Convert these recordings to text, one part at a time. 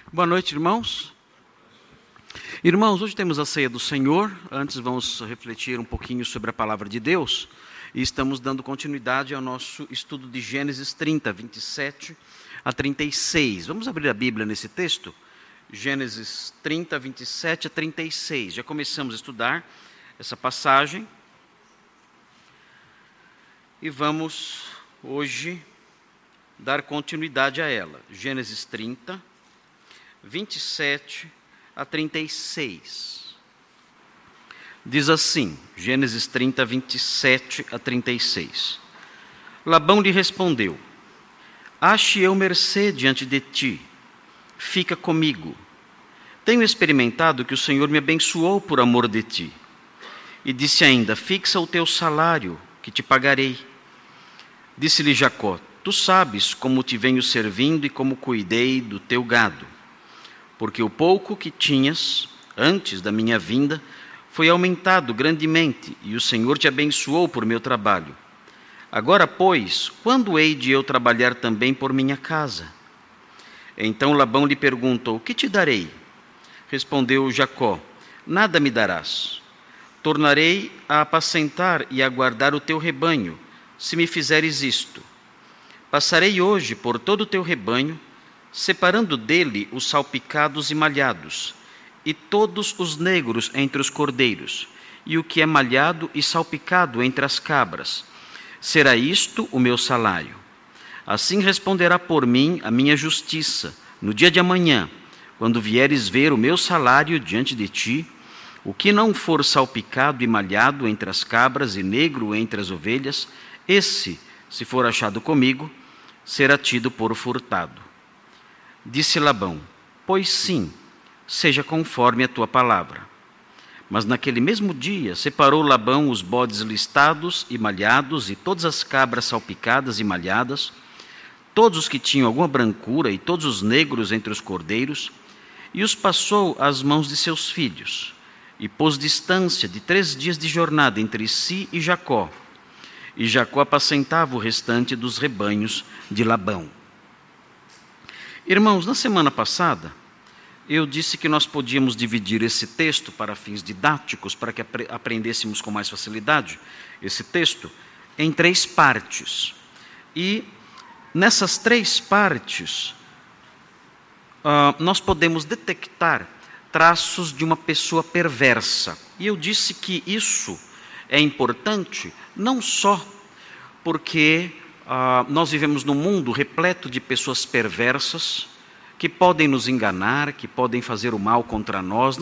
Boa noite, irmãos. Irmãos, hoje temos a ceia do Senhor. Antes vamos refletir um pouquinho sobre a palavra de Deus. E estamos dando continuidade ao nosso estudo de Gênesis 30, 27 a 36. Vamos abrir a Bíblia nesse texto? Gênesis 30, 27 a 36. Já começamos a estudar essa passagem. E vamos hoje dar continuidade a ela. Gênesis 30, 27 a 36. Diz assim, Gênesis 30, 27 a 36. Labão lhe respondeu: Ache eu mercê diante de ti, fica comigo. Tenho experimentado que o Senhor me abençoou por amor de ti. E disse ainda: Fixa o teu salário, que te pagarei. Disse-lhe Jacó: Tu sabes como te venho servindo e como cuidei do teu gado. Porque o pouco que tinhas antes da minha vinda foi aumentado grandemente, e o Senhor te abençoou por meu trabalho. Agora, pois, quando hei de eu trabalhar também por minha casa? Então Labão lhe perguntou: Que te darei? Respondeu Jacó: Nada me darás. Tornarei a apacentar e a guardar o teu rebanho, se me fizeres isto. Passarei hoje por todo o teu rebanho, separando dele os salpicados e malhados, e todos os negros entre os cordeiros, e o que é malhado e salpicado entre as cabras. Será isto o meu salário. Assim responderá por mim a minha justiça, no dia de amanhã, quando vieres ver o meu salário diante de ti. O que não for salpicado e malhado entre as cabras e negro entre as ovelhas, esse, se for achado comigo, será tido por furtado. Disse Labão: Pois sim, seja conforme a tua palavra. Mas naquele mesmo dia separou Labão os bodes listados e malhados, e todas as cabras salpicadas e malhadas, todos os que tinham alguma brancura, e todos os negros entre os cordeiros, e os passou às mãos de seus filhos, e pôs distância de 3 dias de jornada entre si e Jacó. E Jacó apacentava o restante dos rebanhos de Labão. Irmãos, na semana passada, eu disse que nós podíamos dividir esse texto para fins didáticos, para que aprendêssemos com mais facilidade esse texto, em 3 partes. E nessas 3 partes, nós podemos detectar traços de uma pessoa perversa. E eu disse que isso é importante não só porque nós vivemos num mundo repleto de pessoas perversas que podem nos enganar, que podem fazer o mal contra nós,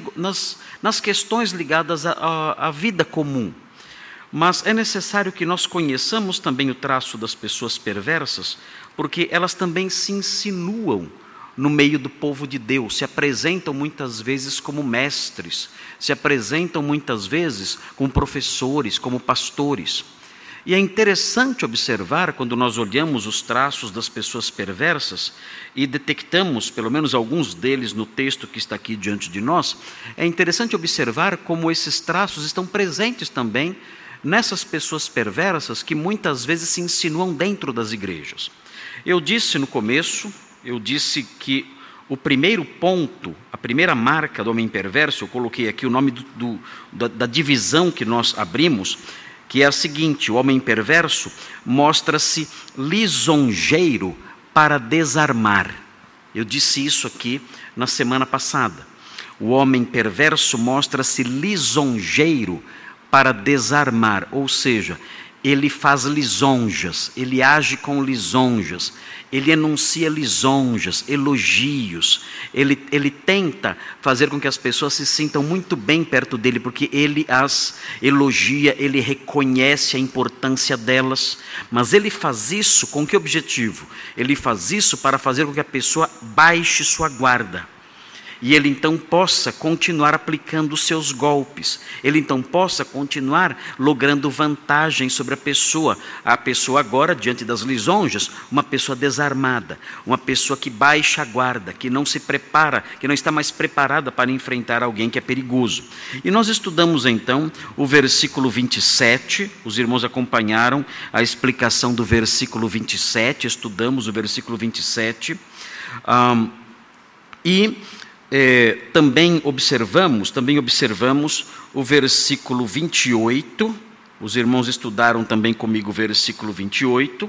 nas questões ligadas à vida comum. Mas é necessário que nós conheçamos também o traço das pessoas perversas, porque elas também se insinuam no meio do povo de Deus, se apresentam muitas vezes como mestres, se apresentam muitas vezes como professores, como pastores. E é interessante observar, quando nós olhamos os traços das pessoas perversas e detectamos, pelo menos alguns deles no texto que está aqui diante de nós, é interessante observar como esses traços estão presentes também nessas pessoas perversas que muitas vezes se insinuam dentro das igrejas. Eu disse no começo, que o primeiro ponto, a primeira marca do homem perverso, eu coloquei aqui o nome da divisão que nós abrimos, que é a seguinte: o homem perverso mostra-se lisonjeiro para desarmar. Eu disse isso aqui na semana passada. O homem perverso mostra-se lisonjeiro para desarmar, ou seja, ele faz lisonjas, ele age com lisonjas, ele enuncia lisonjas, elogios, ele tenta fazer com que as pessoas se sintam muito bem perto dele, porque ele as elogia, ele reconhece a importância delas, mas ele faz isso com que objetivo? Ele faz isso para fazer com que a pessoa baixe sua guarda. E ele então possa continuar aplicando os seus golpes, ele então possa continuar logrando vantagem sobre a pessoa agora, diante das lisonjas, uma pessoa desarmada, uma pessoa que baixa a guarda, que não se prepara, que não está mais preparada para enfrentar alguém que é perigoso. E nós estudamos então o versículo 27, os irmãos acompanharam a explicação do versículo 27, estudamos o versículo 27, E também observamos o versículo 28, os irmãos estudaram também comigo o versículo 28,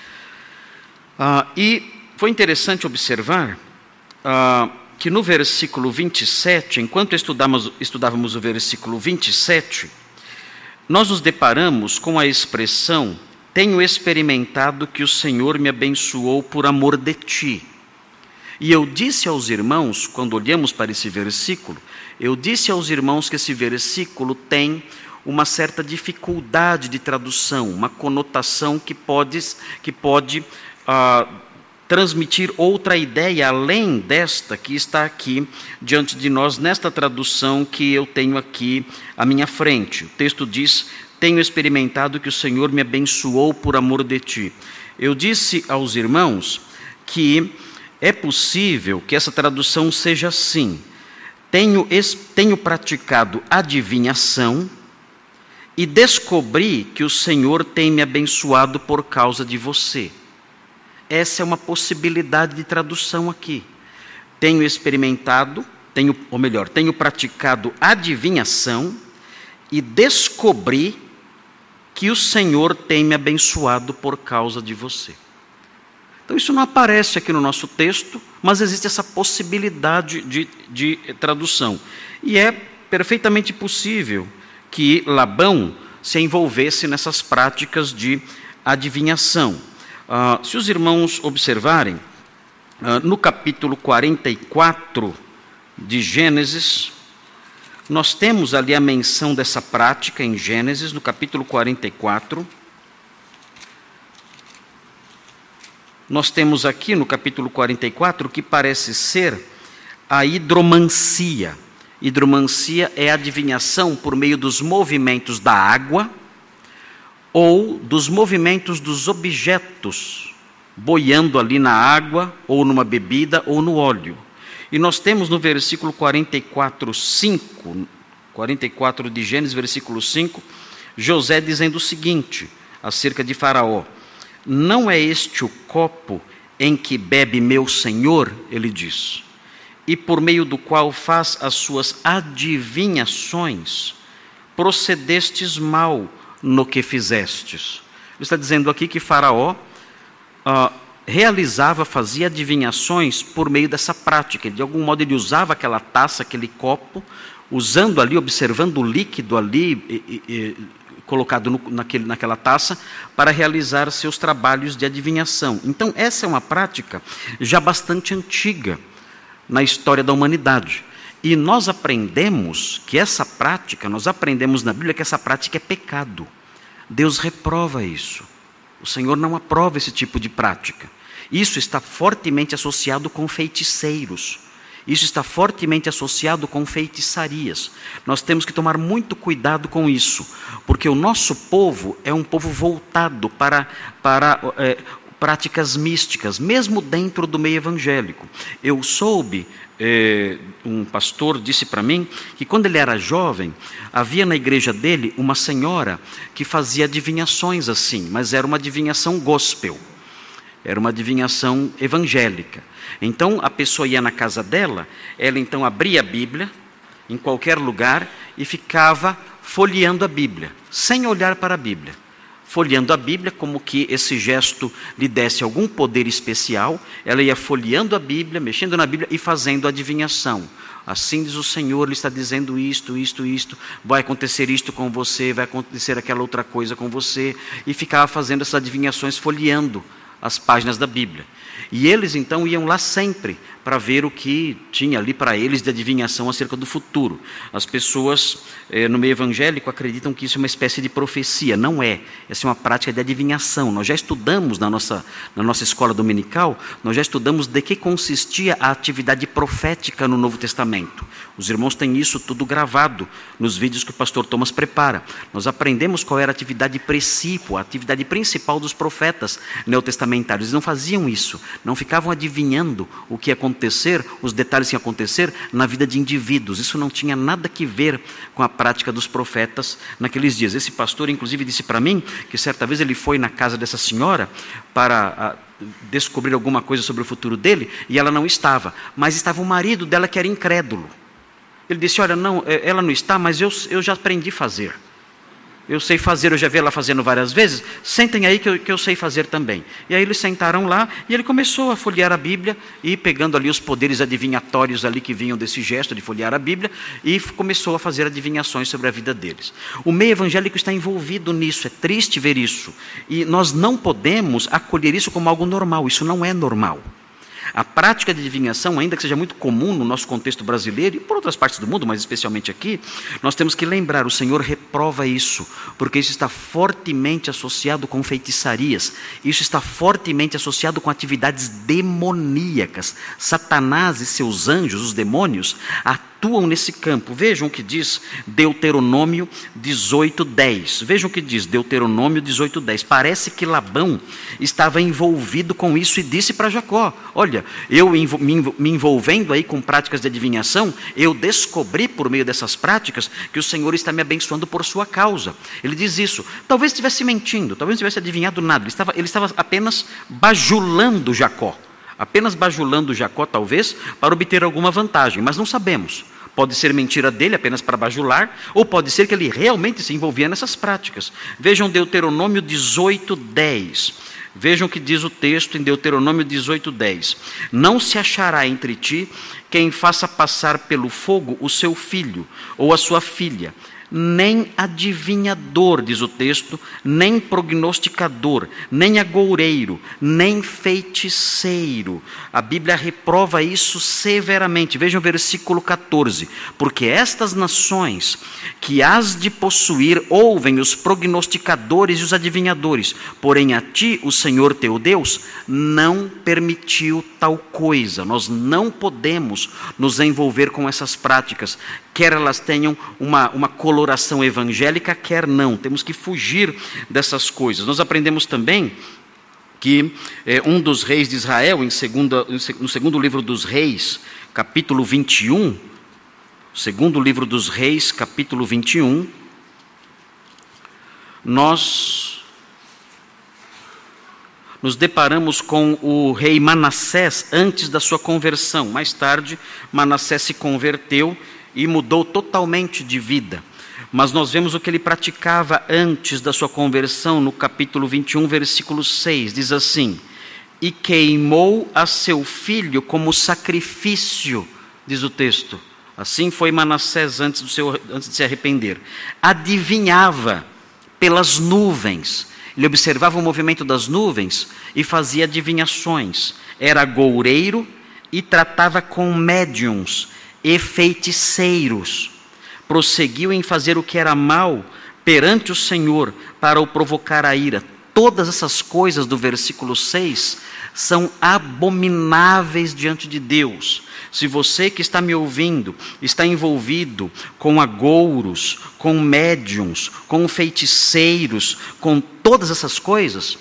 e foi interessante observar que no versículo 27, enquanto estudávamos o versículo 27, nós nos deparamos com a expressão: tenho experimentado que o Senhor me abençoou por amor de ti. E eu disse aos irmãos, quando olhamos para esse versículo, eu disse aos irmãos que esse versículo tem uma certa dificuldade de tradução, uma conotação que pode transmitir outra ideia além desta que está aqui diante de nós, nesta tradução que eu tenho aqui à minha frente. O texto diz: tenho experimentado que o Senhor me abençoou por amor de ti. Eu disse aos irmãos que é possível que essa tradução seja assim: tenho praticado adivinhação e descobri que o Senhor tem me abençoado por causa de você. Essa é uma possibilidade de tradução aqui. Tenho praticado adivinhação e descobri que o Senhor tem me abençoado por causa de você. Então isso não aparece aqui no nosso texto, mas existe essa possibilidade de tradução. E é perfeitamente possível que Labão se envolvesse nessas práticas de adivinhação. Se os irmãos observarem, no capítulo 44 de Gênesis, nós temos ali a menção dessa prática em Gênesis, no capítulo 44. Nós temos aqui no capítulo 44 o que parece ser a hidromancia. Hidromancia é a adivinhação por meio dos movimentos da água ou dos movimentos dos objetos boiando ali na água, ou numa bebida, ou no óleo. E nós temos no versículo 44 de Gênesis, versículo 5, José dizendo o seguinte, acerca de Faraó: não é este o copo em que bebe meu senhor, ele diz, e por meio do qual faz as suas adivinhações, procedestes mal no que fizestes. Ele está dizendo aqui que Faraó fazia adivinhações por meio dessa prática. De algum modo ele usava aquela taça, aquele copo, usando ali, observando o líquido ali colocado naquela taça, para realizar seus trabalhos de adivinhação. Então essa é uma prática já bastante antiga na história da humanidade. E nós aprendemos na Bíblia que essa prática é pecado. Deus reprova isso. O Senhor não aprova esse tipo de prática. Isso está fortemente associado com feiticeiros. Isso está fortemente associado com feitiçarias. Nós temos que tomar muito cuidado com isso, porque o nosso povo é um povo voltado para práticas místicas, mesmo dentro do meio evangélico. Eu soube, um pastor disse para mim, que quando ele era jovem, havia na igreja dele uma senhora que fazia adivinhações assim, mas era uma adivinhação gospel, era uma adivinhação evangélica. Então a pessoa ia na casa dela, ela então abria a Bíblia, em qualquer lugar, e ficava folheando a Bíblia, sem olhar para a Bíblia. Folheando a Bíblia, como que esse gesto lhe desse algum poder especial, ela ia folheando a Bíblia, mexendo na Bíblia e fazendo adivinhação. Assim diz o Senhor, Ele está dizendo isto, vai acontecer isto com você, vai acontecer aquela outra coisa com você, e ficava fazendo essas adivinhações, folheando as páginas da Bíblia. E eles então iam lá sempre para ver o que tinha ali para eles de adivinhação acerca do futuro. As pessoas no meio evangélico acreditam que isso é uma espécie de profecia. Não é. Essa é uma prática de adivinhação. Nós já estudamos na nossa escola dominical, nós já estudamos de que consistia a atividade profética no Novo Testamento. Os irmãos têm isso tudo gravado nos vídeos que o pastor Thomas prepara. Nós aprendemos qual era a atividade principal, a atividade principal dos profetas neotestamentários. Eles não faziam isso, não ficavam adivinhando o que ia acontecer, os detalhes que iam acontecer na vida de indivíduos. Isso não tinha nada que ver com a prática dos profetas naqueles dias. Esse pastor, inclusive, disse para mim que certa vez ele foi na casa dessa senhora para descobrir alguma coisa sobre o futuro dele, e ela não estava, mas estava o marido dela que era incrédulo. Ele disse, olha, não, ela não está, mas eu já aprendi a fazer. Eu sei fazer, eu já vi ela fazendo várias vezes, sentem aí que eu sei fazer também. E aí eles sentaram lá, e ele começou a folhear a Bíblia, e pegando ali os poderes adivinhatórios ali que vinham desse gesto de folhear a Bíblia, e começou a fazer adivinhações sobre a vida deles. O meio evangélico está envolvido nisso, é triste ver isso. E nós não podemos acolher isso como algo normal, isso não é normal. A prática de adivinhação, ainda que seja muito comum no nosso contexto brasileiro e por outras partes do mundo, mas especialmente aqui, nós temos que lembrar, o Senhor reprova isso, porque isso está fortemente associado com feitiçarias, isso está fortemente associado com atividades demoníacas. Satanás e seus anjos, os demônios, atuam nesse campo. Vejam o que diz Deuteronômio 18:10. Vejam o que diz Deuteronômio 18:10. Parece que Labão estava envolvido com isso e disse para Jacó, olha, eu me envolvendo aí com práticas de adivinhação, eu descobri por meio dessas práticas que o Senhor está me abençoando por sua causa. Ele diz isso. Talvez estivesse mentindo, talvez não tivesse adivinhado nada, ele estava apenas bajulando Jacó. Apenas bajulando Jacó, talvez, para obter alguma vantagem, mas não sabemos. Pode ser mentira dele, apenas para bajular, ou pode ser que ele realmente se envolvia nessas práticas. Vejam Deuteronômio 18:10. Vejam o que diz o texto em Deuteronômio 18:10. Não se achará entre ti quem faça passar pelo fogo o seu filho ou a sua filha, nem adivinhador, diz o texto, nem prognosticador, nem agoureiro, nem feiticeiro. A Bíblia reprova isso severamente. Vejam o versículo 14. Porque estas nações que hás de possuir ouvem os prognosticadores e os adivinhadores, porém a ti, o Senhor teu Deus, não permitiu tal coisa. Nós não podemos nos envolver com essas práticas, quer elas tenham uma coloração evangélica, quer não. Temos que fugir dessas coisas. Nós aprendemos também que um dos reis de Israel, no segundo livro dos reis, capítulo 21, segundo livro dos reis, capítulo 21, nós nos deparamos com o rei Manassés antes da sua conversão. Mais tarde, Manassés se converteu e mudou totalmente de vida. Mas nós vemos o que ele praticava antes da sua conversão, no capítulo 21, versículo 6, diz assim, e queimou a seu filho como sacrifício, diz o texto. Assim foi Manassés antes de se arrepender. Adivinhava pelas nuvens, ele observava o movimento das nuvens e fazia adivinhações. Era agoureiro e tratava com médiuns e feiticeiros. Prosseguiu em fazer o que era mal perante o Senhor para o provocar a ira. Todas essas coisas do versículo 6 são abomináveis diante de Deus. Se você que está me ouvindo está envolvido com agouros, com médiuns, com feiticeiros, com todas essas coisas,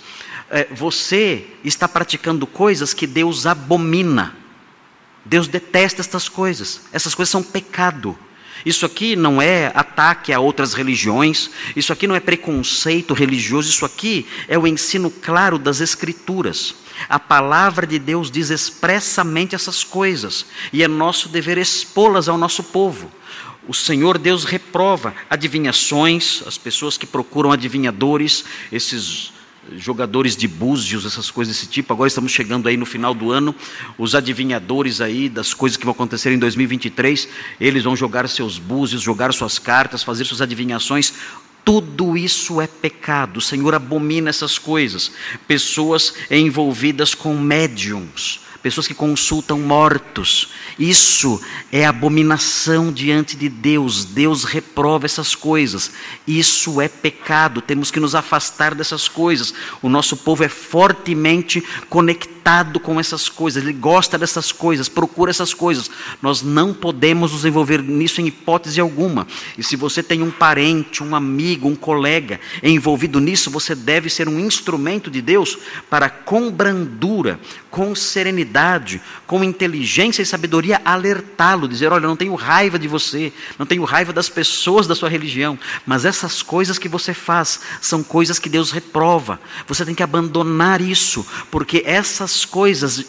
você está praticando coisas que Deus abomina. Deus detesta estas coisas. Essas coisas são pecado. Isso aqui não é ataque a outras religiões, isso aqui não é preconceito religioso, isso aqui é o ensino claro das Escrituras. A palavra de Deus diz expressamente essas coisas, e é nosso dever expô-las ao nosso povo. O Senhor Deus reprova adivinhações, as pessoas que procuram adivinhadores, esses jogadores de búzios, essas coisas desse tipo. Agora estamos chegando aí no final do ano, os adivinhadores aí das coisas que vão acontecer em 2023, eles vão jogar seus búzios, jogar suas cartas, fazer suas adivinhações. Tudo isso é pecado. O Senhor abomina essas coisas. Pessoas envolvidas com médiums, pessoas que consultam mortos, isso é abominação diante de Deus. Deus reprova essas coisas, isso é pecado, temos que nos afastar dessas coisas. O nosso povo é fortemente conectado encantado com essas coisas, ele gosta dessas coisas, procura essas coisas. Nós não podemos nos envolver nisso em hipótese alguma. E se você tem um parente, um amigo, um colega envolvido nisso, você deve ser um instrumento de Deus para, com brandura, com serenidade, com inteligência e sabedoria, alertá-lo, dizer: olha, eu não tenho raiva de você, não tenho raiva das pessoas da sua religião, mas essas coisas que você faz são coisas que Deus reprova. Você tem que abandonar isso, porque essas coisas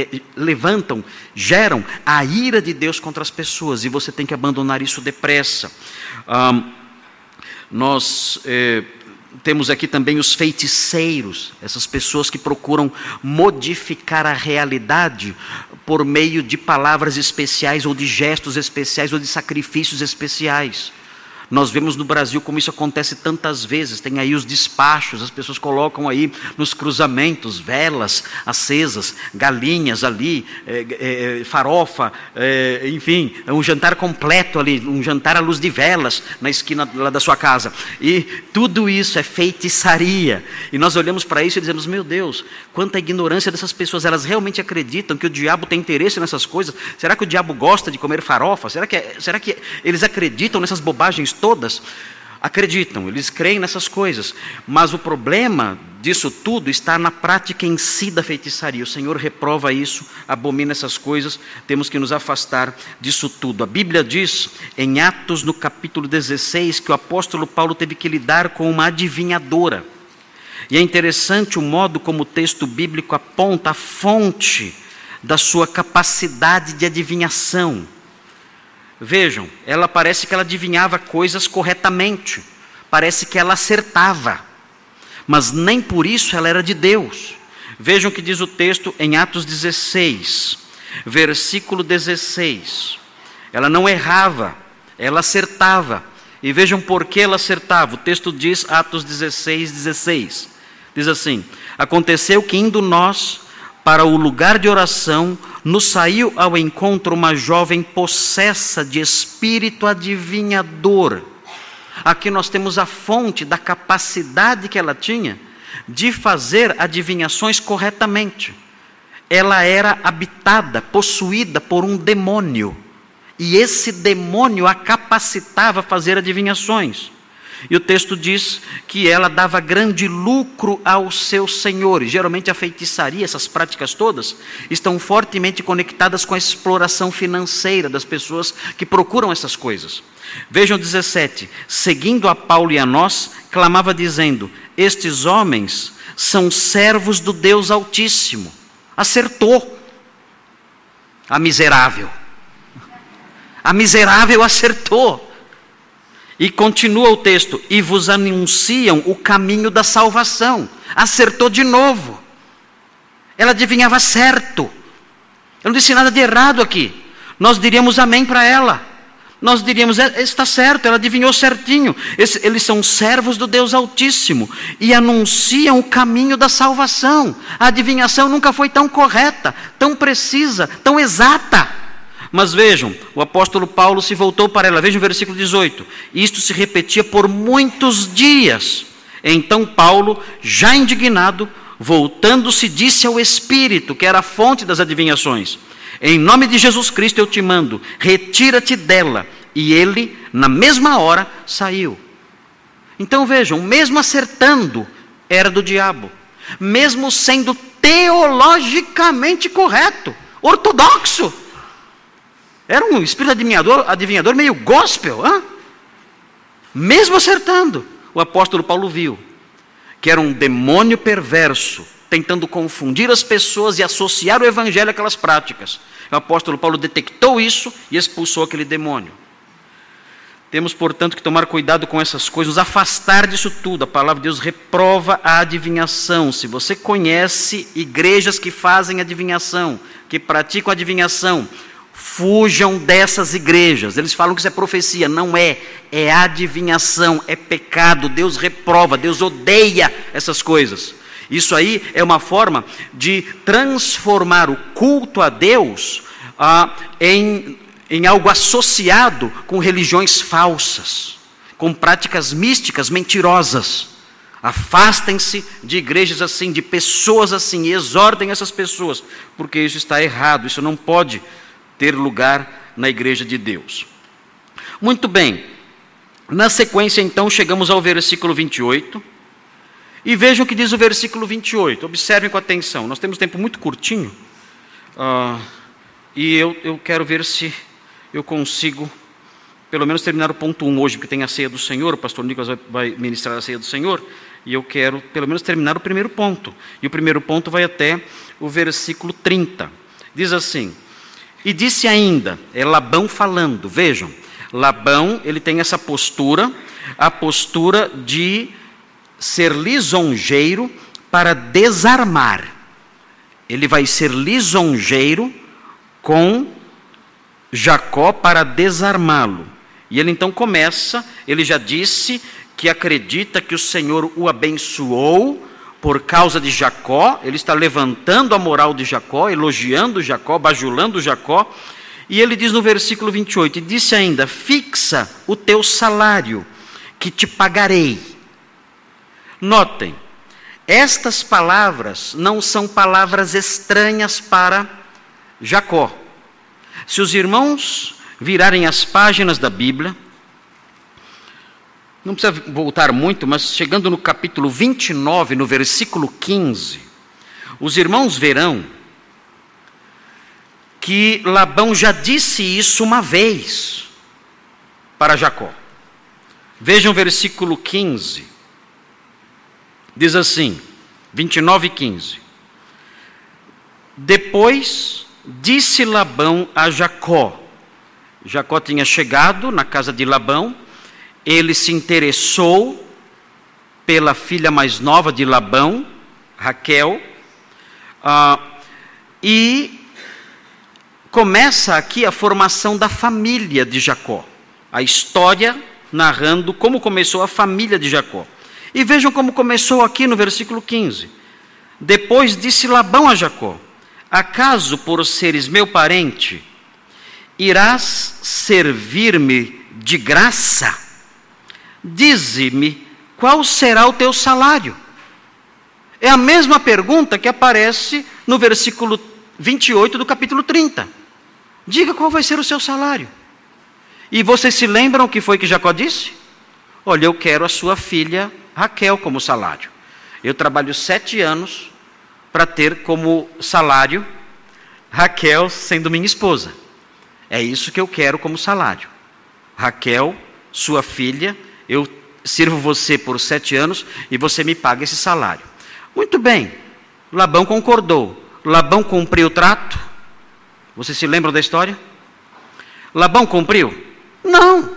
geram a ira de Deus contra as pessoas, e você tem que abandonar isso depressa. Temos aqui também os feiticeiros, essas pessoas que procuram modificar a realidade por meio de palavras especiais, ou de gestos especiais, ou de sacrifícios especiais. Nós vemos no Brasil como isso acontece tantas vezes. Tem aí os despachos, as pessoas colocam aí nos cruzamentos velas acesas, galinhas ali, farofa, enfim, um jantar completo ali, um jantar à luz de velas na esquina lá da sua casa. E tudo isso é feitiçaria. E nós olhamos para isso e dizemos: meu Deus, quanta ignorância dessas pessoas. Elas realmente acreditam que o diabo tem interesse nessas coisas? Será que o diabo gosta de comer farofa? Será que eles acreditam nessas bobagens todas? Acreditam, eles creem nessas coisas, mas o problema disso tudo está na prática em si da feitiçaria. O Senhor reprova isso, abomina essas coisas, temos que nos afastar disso tudo. A Bíblia diz em Atos, no capítulo 16, que o apóstolo Paulo teve que lidar com uma adivinhadora, e é interessante o modo como o texto bíblico aponta a fonte da sua capacidade de adivinhação. Vejam, parece que ela adivinhava coisas corretamente, parece que ela acertava, mas nem por isso ela era de Deus. Vejam o que diz o texto em Atos 16, versículo 16. Ela não errava, ela acertava. E vejam por que ela acertava. O texto diz, Atos 16, 16. Diz assim: aconteceu que, indo nós para o lugar de oração, nos saiu ao encontro uma jovem possessa de espírito adivinhador. Aqui nós temos a fonte da capacidade que ela tinha de fazer adivinhações corretamente. Ela era habitada, possuída por um demônio, e esse demônio a capacitava a fazer adivinhações. E o texto diz que ela dava grande lucro aos seus senhores. Geralmente a feitiçaria, essas práticas todas, estão fortemente conectadas com a exploração financeira das pessoas que procuram essas coisas. Vejam 17. Seguindo a Paulo e a nós, clamava dizendo: estes homens são servos do Deus Altíssimo. Acertou. A miserável acertou. E continua o texto: e vos anunciam o caminho da salvação. Acertou de novo. Ela adivinhava certo. Eu não disse nada de errado aqui. Nós diríamos amém para ela. Nós diríamos: está certo, ela adivinhou certinho. Eles são servos do Deus Altíssimo e anunciam o caminho da salvação. A adivinhação nunca foi tão correta, tão precisa, tão exata. Mas vejam, o apóstolo Paulo se voltou para ela. Vejam o versículo 18. Isto se repetia por muitos dias. Então Paulo, já indignado, voltando-se, disse ao Espírito, que era a fonte das adivinhações: em nome de Jesus Cristo eu te mando, retira-te dela. E ele, na mesma hora, saiu. Então vejam, mesmo acertando, era do diabo. Mesmo sendo teologicamente correto, ortodoxo. Era um espírito adivinhador meio gospel. Mesmo acertando, o apóstolo Paulo viu que era um demônio perverso, tentando confundir as pessoas e associar o evangelho àquelas práticas. O apóstolo Paulo detectou isso e expulsou aquele demônio. Temos, portanto, que tomar cuidado com essas coisas, nos afastar disso tudo. A palavra de Deus reprova a adivinhação. Se você conhece igrejas que fazem adivinhação, que praticam adivinhação, fujam dessas igrejas. Eles falam que isso é profecia. Não é. É adivinhação, é pecado. Deus reprova, Deus odeia essas coisas. Isso aí é uma forma de transformar o culto a Deus em algo associado com religiões falsas, com práticas místicas mentirosas. Afastem-se de igrejas assim, de pessoas assim, e exortem essas pessoas, porque isso está errado, isso não pode ter lugar na igreja de Deus. Muito bem, na sequência então chegamos ao versículo 28, e vejam o que diz o versículo 28, observem com atenção, nós temos tempo muito curtinho, e eu quero ver se eu consigo pelo menos terminar o ponto 1 hoje, porque tem a ceia do Senhor, o pastor Nicolas vai ministrar a ceia do Senhor, e eu quero pelo menos terminar o primeiro ponto. E o primeiro ponto vai até o versículo 30. Diz assim: e disse ainda, é Labão falando, vejam, Labão, ele tem essa postura, a postura de ser lisonjeiro para desarmar. Ele vai ser lisonjeiro com Jacó para desarmá-lo. E ele então começa, ele já disse que acredita que o Senhor o abençoou por causa de Jacó, ele está levantando a moral de Jacó, elogiando Jacó, bajulando Jacó, e ele diz no versículo 28, e disse ainda, fixa o teu salário, que te pagarei. Notem, estas palavras não são palavras estranhas para Jacó. Se os irmãos virarem as páginas da Bíblia, não precisa voltar muito, mas chegando no capítulo 29, no versículo 15, os irmãos verão que Labão já disse isso uma vez para Jacó. Vejam o versículo 15, diz assim, 29:15. Depois disse Labão a Jacó. Jacó tinha chegado na casa de Labão, ele se interessou pela filha mais nova de Labão, Raquel, e começa aqui a formação da família de Jacó, a história narrando como começou a família de Jacó. E vejam como começou aqui no versículo 15. Depois disse Labão a Jacó, acaso por seres meu parente, irás servir-me de graça? Dize-me, qual será o teu salário? É a mesma pergunta que aparece no versículo 28 do capítulo 30. Diga qual vai ser o seu salário. E vocês se lembram o que foi que Jacó disse? Olha, eu quero a sua filha Raquel como salário. Eu trabalho 7 anos para ter como salário Raquel sendo minha esposa. É isso que eu quero como salário. Raquel, sua filha, eu sirvo você por 7 anos e você me paga esse salário. Muito bem, Labão concordou. Labão cumpriu o trato? Vocês se lembram da história? Labão cumpriu? Não.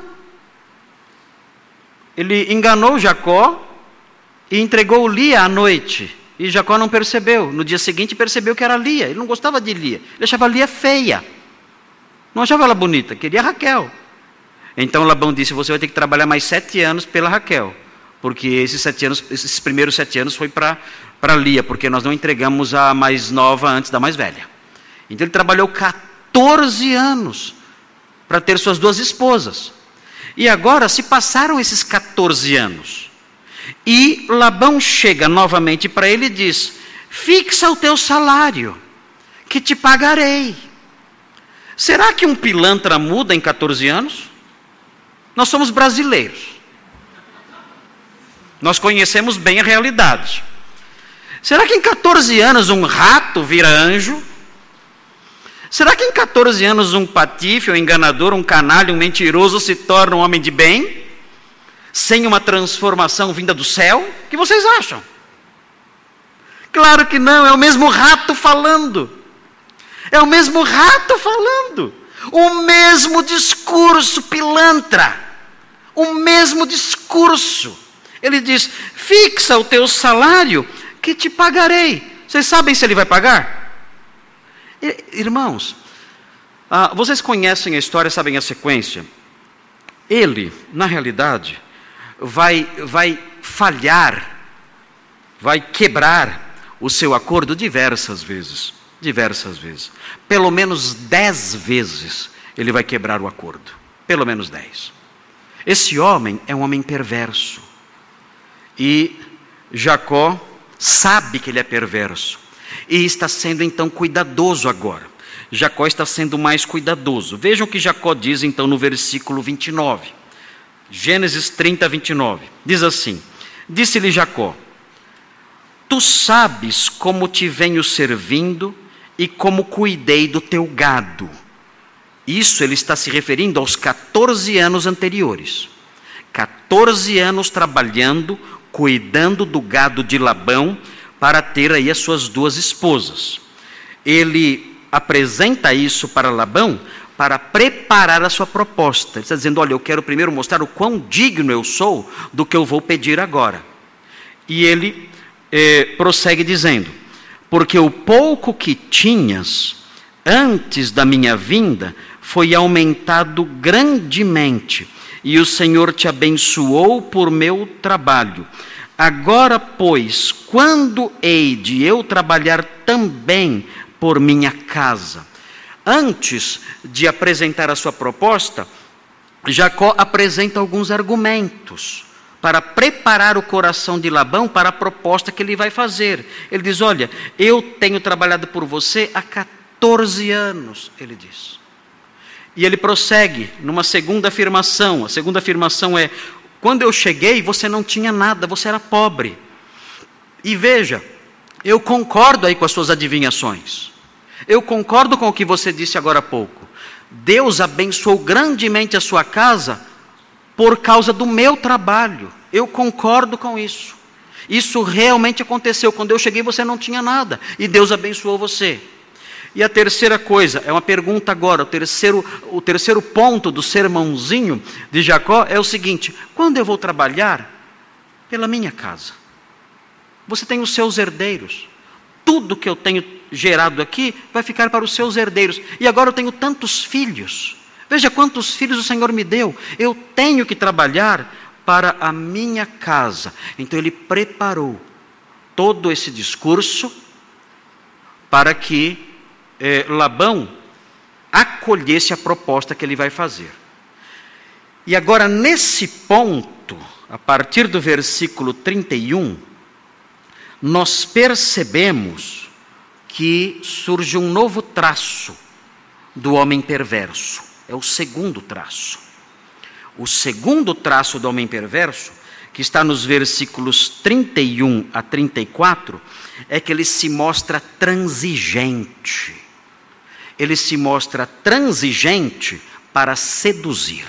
Ele enganou Jacó e entregou Lia à noite. E Jacó não percebeu. No dia seguinte percebeu que era Lia. Ele não gostava de Lia. Ele achava Lia feia. Não achava ela bonita, queria Raquel. Então Labão disse, você vai ter que trabalhar mais 7 anos pela Raquel. Porque esses primeiros 7 anos foi para Lia, porque nós não entregamos a mais nova antes da mais velha. Então ele trabalhou 14 anos para ter suas 2 esposas. E agora se passaram esses 14 anos. E Labão chega novamente para ele e diz, fixa o teu salário, que te pagarei. Será que um pilantra muda em 14 anos? Nós somos brasileiros. Nós conhecemos bem a realidade. Será que em 14 anos um rato vira anjo? Será que em 14 anos um patife, um enganador, um canalha, um mentiroso se torna um homem de bem? Sem uma transformação vinda do céu? O que vocês acham? Claro que não, é o mesmo rato falando. É o mesmo rato falando. O mesmo discurso pilantra. O mesmo discurso. Ele diz, fixa o teu salário que te pagarei. Vocês sabem se ele vai pagar? Irmãos, vocês conhecem a história, sabem a sequência. Ele, na realidade, vai falhar, vai quebrar o seu acordo diversas vezes. Diversas vezes. Pelo menos 10 vezes ele vai quebrar o acordo. Pelo menos 10. Esse homem é um homem perverso. E Jacó sabe que ele é perverso e está sendo então cuidadoso agora. Jacó está sendo mais cuidadoso. Vejam o que Jacó diz então no versículo 29. Gênesis 30, 29. Diz assim: disse-lhe Jacó: tu sabes como te venho servindo e como cuidei do teu gado. Isso ele está se referindo aos 14 anos anteriores. 14 anos trabalhando, cuidando do gado de Labão, para ter aí as suas duas esposas. Ele apresenta isso para Labão para preparar a sua proposta. Ele está dizendo: olha, eu quero primeiro mostrar o quão digno eu sou do que eu vou pedir agora. E ele prossegue dizendo: porque o pouco que tinhas antes da minha vinda foi aumentado grandemente, e o Senhor te abençoou por meu trabalho. Agora, pois, quando hei de eu trabalhar também por minha casa? Antes de apresentar a sua proposta, Jacó apresenta alguns argumentos para preparar o coração de Labão para a proposta que ele vai fazer. Ele diz: olha, eu tenho trabalhado por você há 14 anos, ele diz. E ele prossegue numa segunda afirmação. A segunda afirmação é: quando eu cheguei, você não tinha nada, você era pobre. E veja, eu concordo aí com as suas adivinhações. Eu concordo com o que você disse agora há pouco. Deus abençoou grandemente a sua casa por causa do meu trabalho. Eu concordo com isso. Isso realmente aconteceu. Quando eu cheguei, você não tinha nada, e Deus abençoou você. E a terceira coisa, é uma pergunta agora, o terceiro ponto do sermãozinho de Jacó é o seguinte: quando eu vou trabalhar pela minha casa? Você tem os seus herdeiros. Tudo que eu tenho gerado aqui vai ficar para os seus herdeiros. E agora eu tenho tantos filhos. Veja quantos filhos o Senhor me deu. Eu tenho que trabalhar para a minha casa. Então ele preparou todo esse discurso para que Labão acolhesse a proposta que ele vai fazer. E agora, nesse ponto, a partir do versículo 31, nós percebemos que surge um novo traço do homem perverso. É o segundo traço. O segundo traço do homem perverso, que está nos versículos 31 a 34, é que ele se mostra transigente. Ele se mostra transigente para seduzir.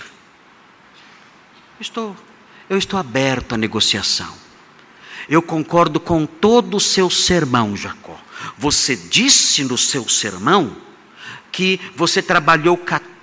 Eu estou aberto à negociação. Eu concordo com todo o seu sermão, Jacó. Você disse no seu sermão que você trabalhou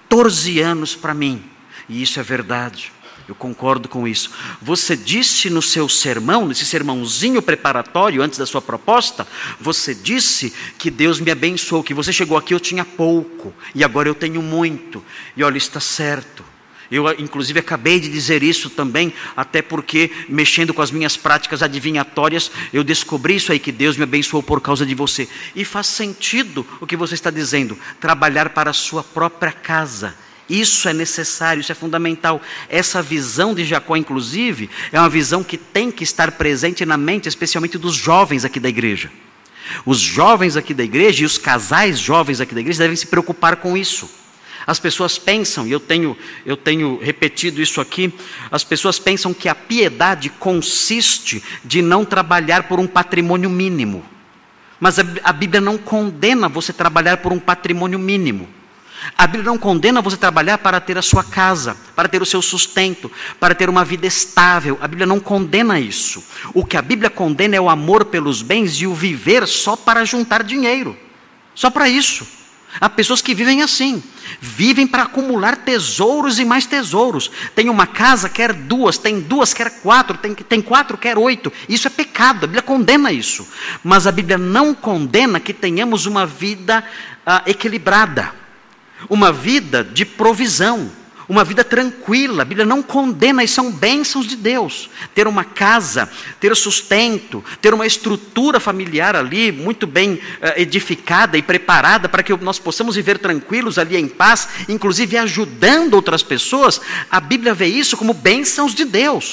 14 anos para mim. E isso é verdade. Eu concordo com isso. Você disse no seu sermão, nesse sermãozinho preparatório antes da sua proposta, você disse que Deus me abençoou, que você chegou aqui, eu tinha pouco, e agora eu tenho muito. E olha, está certo. Eu, inclusive, acabei de dizer isso também, até porque, mexendo com as minhas práticas adivinhatórias, eu descobri isso aí, que Deus me abençoou por causa de você. E faz sentido o que você está dizendo, trabalhar para a sua própria casa. Isso é necessário, isso é fundamental. Essa visão de Jacó, inclusive, é uma visão que tem que estar presente na mente, especialmente dos jovens aqui da igreja. Os jovens aqui da igreja e os casais jovens aqui da igreja devem se preocupar com isso. As pessoas pensam, e eu tenho repetido isso aqui, as pessoas pensam que a piedade consiste de não trabalhar por um patrimônio mínimo. Mas a Bíblia não condena você trabalhar por um patrimônio mínimo. A Bíblia não condena você trabalhar para ter a sua casa, para ter o seu sustento, para ter uma vida estável. A Bíblia não condena isso. O que a Bíblia condena é o amor pelos bens e o viver só para juntar dinheiro. Só para isso. Há pessoas que vivem assim, vivem para acumular tesouros e mais tesouros. Tem uma casa, quer duas, tem duas, quer quatro, tem quatro, quer 8. Isso é pecado, a Bíblia condena isso. Mas a Bíblia não condena que tenhamos uma vida equilibrada, uma vida de provisão, uma vida tranquila. A Bíblia não condena, e são bênçãos de Deus. Ter uma casa, ter sustento, ter uma estrutura familiar ali, muito bem edificada e preparada para que nós possamos viver tranquilos ali em paz, inclusive ajudando outras pessoas. A Bíblia vê isso como bênçãos de Deus.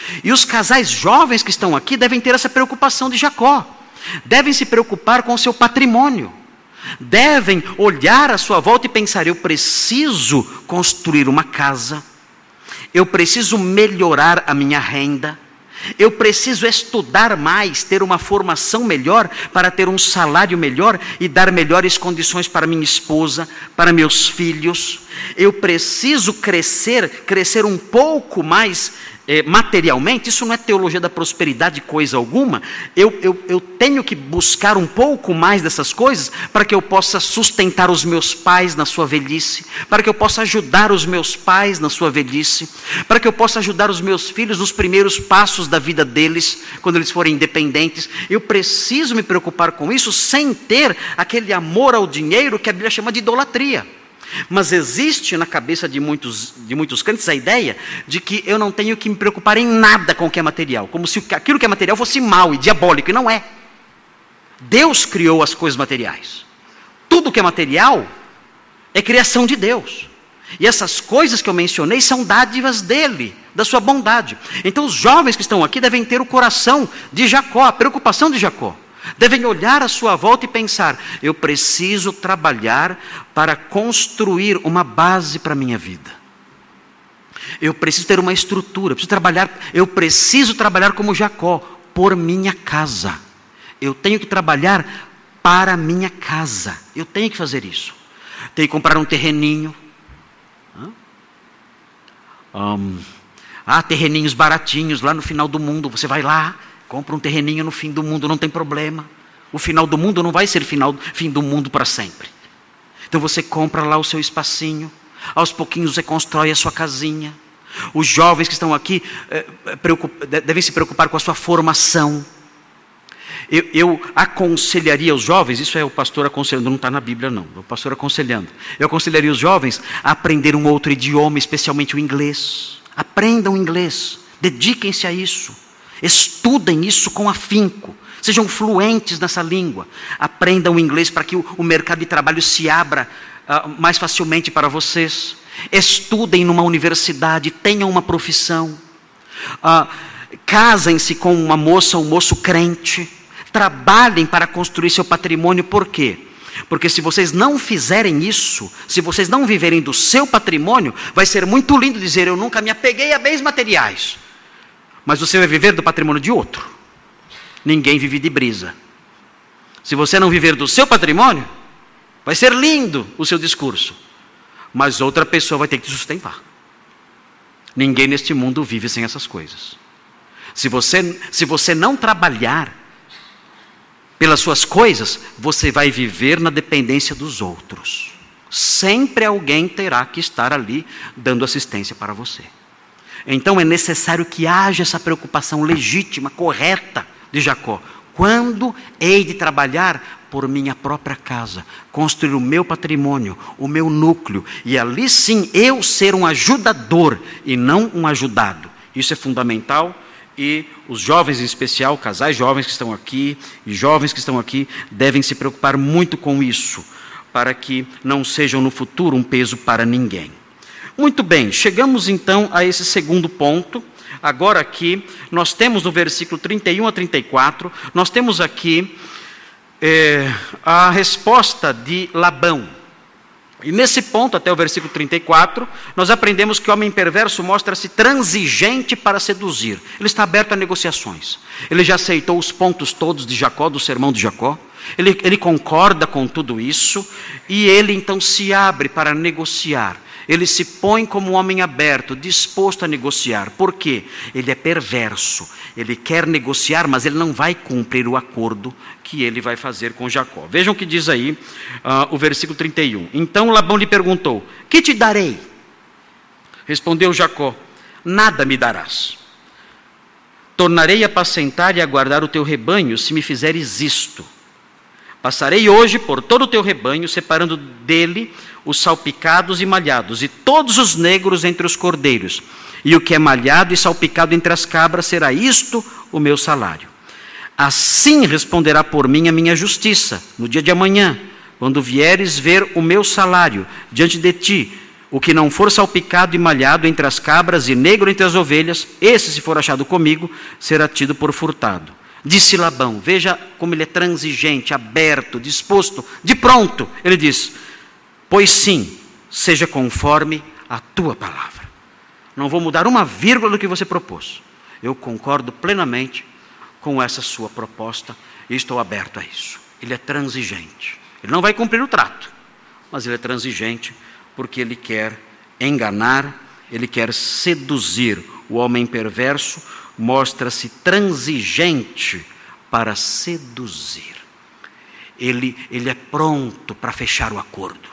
E os casais jovens que estão aqui devem ter essa preocupação de Jacó. Devem se preocupar com o seu patrimônio. Devem olhar à sua volta e pensar: eu preciso construir uma casa. Eu preciso melhorar a minha renda. Eu preciso estudar mais, ter uma formação melhor para ter um salário melhor e dar melhores condições para minha esposa, para meus filhos. Eu preciso crescer um pouco mais materialmente. Isso não é teologia da prosperidade coisa alguma. Eu tenho que buscar um pouco mais dessas coisas para que eu possa sustentar os meus pais na sua velhice, para que eu possa ajudar os meus pais na sua velhice, para que eu possa ajudar os meus filhos nos primeiros passos da vida deles, quando eles forem independentes. Eu preciso me preocupar com isso sem ter aquele amor ao dinheiro que a Bíblia chama de idolatria. Mas existe na cabeça de muitos crentes a ideia de que eu não tenho que me preocupar em nada com o que é material, como se aquilo que é material fosse mau e diabólico, e não é. Deus criou as coisas materiais. Tudo que é material é criação de Deus. E essas coisas que eu mencionei são dádivas dele, da sua bondade. Então os jovens que estão aqui devem ter o coração de Jacó, a preocupação de Jacó. Devem olhar à sua volta e pensar: eu preciso trabalhar para construir uma base para a minha vida. Eu preciso ter uma estrutura, eu preciso trabalhar como Jacó, por minha casa. Eu tenho que trabalhar para a minha casa. Eu tenho que fazer isso. Tenho que comprar um terreninho. Terreninhos baratinhos lá no final do mundo. Você vai lá, compra um terreninho no fim do mundo, não tem problema. O final do mundo não vai ser fim do mundo para sempre. Então você compra lá o seu espacinho, aos pouquinhos você constrói a sua casinha. Os jovens que estão aqui devem se preocupar com a sua formação. Eu aconselharia os jovens, isso é o pastor aconselhando, não está na Bíblia não, é o pastor aconselhando. Eu aconselharia os jovens a aprender um outro idioma, especialmente o inglês. Aprendam inglês, dediquem-se a isso. Estudem isso com afinco. Sejam fluentes nessa língua. Aprendam inglês para que o mercado de trabalho se abra mais facilmente para vocês. Estudem numa universidade, tenham uma profissão. Casem-se com uma moça ou um moço crente. Trabalhem para construir seu patrimônio. Por quê? Porque se vocês não fizerem isso, se vocês não viverem do seu patrimônio, vai ser muito lindo dizer: eu nunca me apeguei a bens materiais. Mas você vai viver do patrimônio de outro. Ninguém vive de brisa. Se você não viver do seu patrimônio, vai ser lindo o seu discurso, mas outra pessoa vai ter que te sustentar. Ninguém neste mundo vive sem essas coisas. Se você não trabalhar pelas suas coisas, você vai viver na dependência dos outros. Sempre alguém terá que estar ali dando assistência para você. Então é necessário que haja essa preocupação legítima, correta de Jacó. Quando hei de trabalhar por minha própria casa, construir o meu patrimônio, o meu núcleo, e ali sim eu ser um ajudador e não um ajudado. Isso é fundamental, e os jovens em especial, casais jovens que estão aqui e jovens que estão aqui, devem se preocupar muito com isso, para que não sejam no futuro um peso para ninguém. Muito bem, chegamos então a esse segundo ponto. Agora aqui, nós temos no versículo 31 a 34, nós temos aqui a resposta de Labão. E nesse ponto, até o versículo 34, nós aprendemos que o homem perverso mostra-se transigente para seduzir. Ele está aberto a negociações. Ele já aceitou os pontos todos de Jacó, do sermão de Jacó. Ele concorda com tudo isso, e ele então se abre para negociar. Ele se põe como um homem aberto, disposto a negociar. Por quê? Ele é perverso. Ele quer negociar, mas ele não vai cumprir o acordo que ele vai fazer com Jacó. Vejam o que diz aí o versículo 31. Então Labão lhe perguntou: que te darei? Respondeu Jacó: nada me darás. Tornarei a apacentar e a guardar o teu rebanho, se me fizeres isto. Passarei hoje por todo o teu rebanho, separando dele os salpicados e malhados, e todos os negros entre os cordeiros. E o que é malhado e salpicado entre as cabras, será isto o meu salário. Assim responderá por mim a minha justiça, no dia de amanhã, quando vieres ver o meu salário diante de ti, O que não for salpicado e malhado entre as cabras e negro entre as ovelhas, esse, se for achado comigo, será tido por furtado. Disse Labão, veja como ele é transigente, aberto, disposto, de pronto. Ele diz, pois sim, seja conforme a tua palavra. Não vou mudar uma vírgula do que você propôs. Eu concordo plenamente com essa sua proposta e estou aberto a isso. Ele é transigente. Ele não vai cumprir o trato, mas ele é transigente porque ele quer enganar, ele quer seduzir. O homem perverso mostra-se transigente para seduzir. Ele é pronto para fechar o acordo.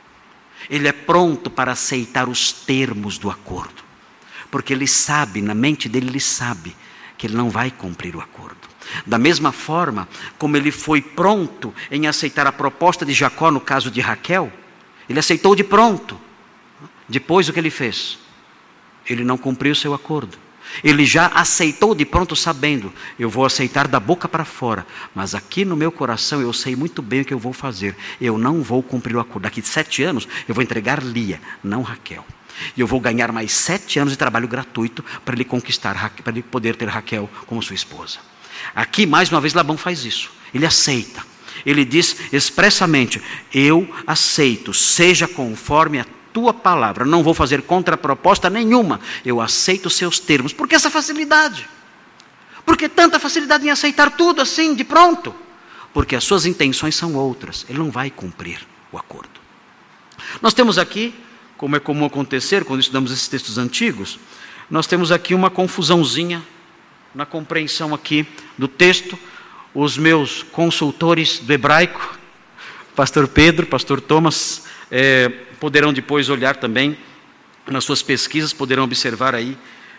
Ele é pronto para aceitar os termos do acordo. Porque ele sabe, na mente dele ele sabe que ele não vai cumprir o acordo. Da mesma forma como ele foi pronto em aceitar a proposta de Jacó no caso de Raquel, ele aceitou de pronto. Depois o que ele fez? Ele não cumpriu o seu acordo. Ele já aceitou de pronto sabendo, eu vou aceitar da boca para fora, mas aqui no meu coração eu sei muito bem o que eu vou fazer. Eu não vou cumprir o acordo. Daqui 7 anos eu vou entregar Lia, não Raquel. E eu vou ganhar mais 7 anos de trabalho gratuito para ele conquistar, para ele poder ter Raquel como sua esposa. Aqui, mais uma vez, Labão faz isso. Ele aceita. Ele diz expressamente, eu aceito, seja conforme a tua palavra. Não vou fazer contraproposta nenhuma. Eu aceito os seus termos. Por que essa facilidade? Por que tanta facilidade em aceitar tudo assim, de pronto? Porque as suas intenções são outras. Ele não vai cumprir o acordo. Nós temos aqui, como é comum acontecer quando estudamos esses textos antigos, nós temos aqui uma confusãozinha na compreensão aqui do texto. Os meus consultores do hebraico, pastor Pedro, pastor Thomas, poderão depois olhar também nas suas pesquisas, poderão observar aí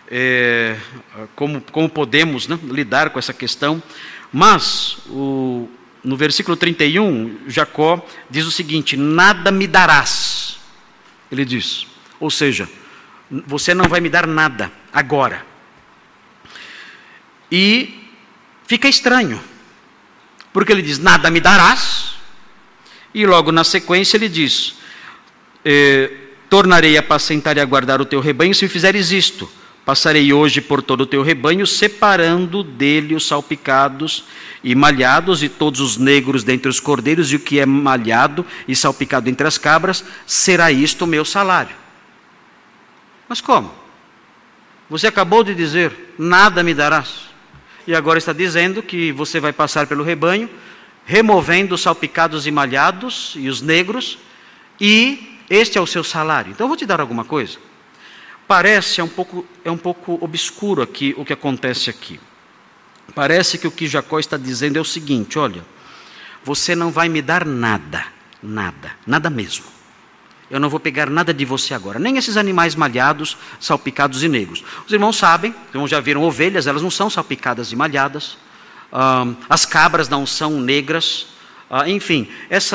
como podemos, né, lidar com essa questão. Mas no versículo 31, Jacó diz o seguinte, nada me darás, ele diz, ou seja, você não vai me dar nada agora. E fica estranho, porque ele diz, nada me darás, e logo na sequência ele diz, tornarei a apacentar e a guardar o teu rebanho se fizeres isto, passarei hoje por todo o teu rebanho, separando dele os salpicados e malhados, e todos os negros dentre os cordeiros, e o que é malhado e salpicado entre as cabras, será isto o meu salário. Mas como? Você acabou de dizer, nada me darás. E agora está dizendo que você vai passar pelo rebanho, removendo os salpicados e malhados e os negros, e este é o seu salário. Então eu vou te dar alguma coisa. Parece, é um pouco obscuro aqui o que acontece aqui. Parece que o que Jacó está dizendo é o seguinte, olha, você não vai me dar nada, nada mesmo. Eu não vou pegar nada de você agora, nem esses animais malhados, salpicados e negros. Os irmãos sabem, os irmãos já viram ovelhas, elas não são salpicadas e malhadas. As cabras não são negras. Enfim,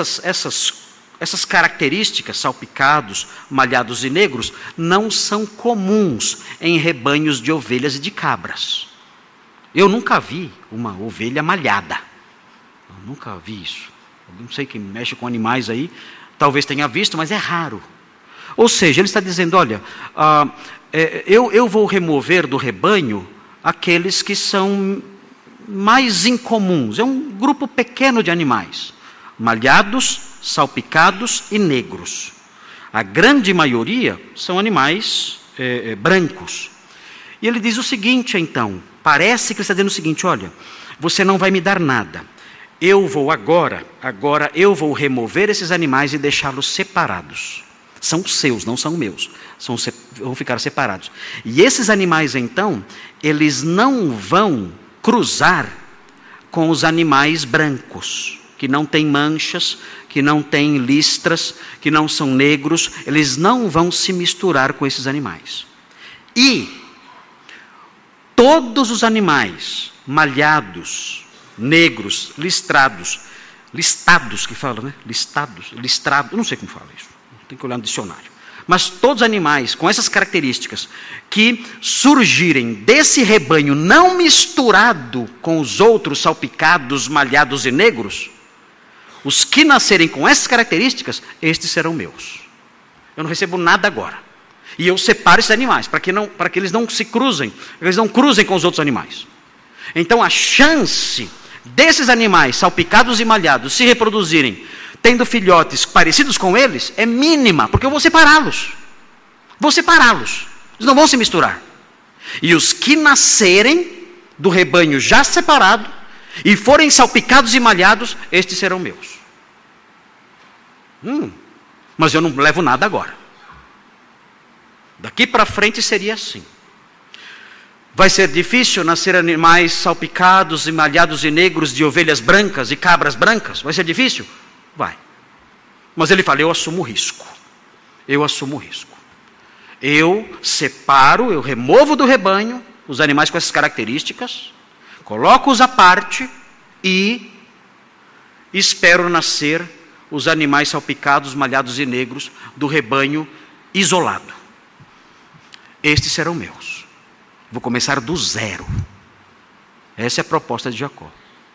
essas características, salpicados, malhados e negros, não são comuns em rebanhos de ovelhas e de cabras. Eu nunca vi uma ovelha malhada. Eu nunca vi isso. Eu não sei quem mexe com animais aí, talvez tenha visto, mas é raro. Ou seja, ele está dizendo, olha, eu vou remover do rebanho aqueles que são mais incomuns. É um grupo pequeno de animais, malhados, salpicados e negros. A grande maioria são animais brancos. E ele diz o seguinte, então, parece que ele está dizendo o seguinte, olha, você não vai me dar nada. Eu vou agora eu vou remover esses animais e deixá-los separados. São seus, não são meus. Vão ficar separados. E esses animais, então, eles não vão cruzar com os animais brancos, que não têm manchas, que não têm listras, que não são negros. Eles não vão se misturar com esses animais. E todos os animais malhados, negros, listados, que fala, né? Listrado, eu não sei como fala isso, tem que olhar no dicionário. Mas todos os animais com essas características que surgirem desse rebanho não misturado com os outros salpicados, malhados e negros, os que nascerem com essas características, estes serão meus. Eu não recebo nada agora. E eu separo esses animais, para que eles não se cruzem, eles não cruzem com os outros animais. Então a chance desses animais salpicados e malhados se reproduzirem, tendo filhotes parecidos com eles, é mínima, porque eu vou separá-los. Vou separá-los. Eles não vão se misturar. E os que nascerem do rebanho já separado e forem salpicados e malhados, estes serão meus. Mas eu não levo nada agora. Daqui para frente seria assim. Vai ser difícil nascer animais salpicados e malhados e negros de ovelhas brancas e cabras brancas? Vai ser difícil? Vai. Mas ele fala, eu assumo o risco. Eu assumo o risco. Eu separo, eu removo do rebanho os animais com essas características, coloco-os à parte e espero nascer os animais salpicados, malhados e negros do rebanho isolado. Estes serão meus. Vou começar do zero. Essa é a proposta de Jacó.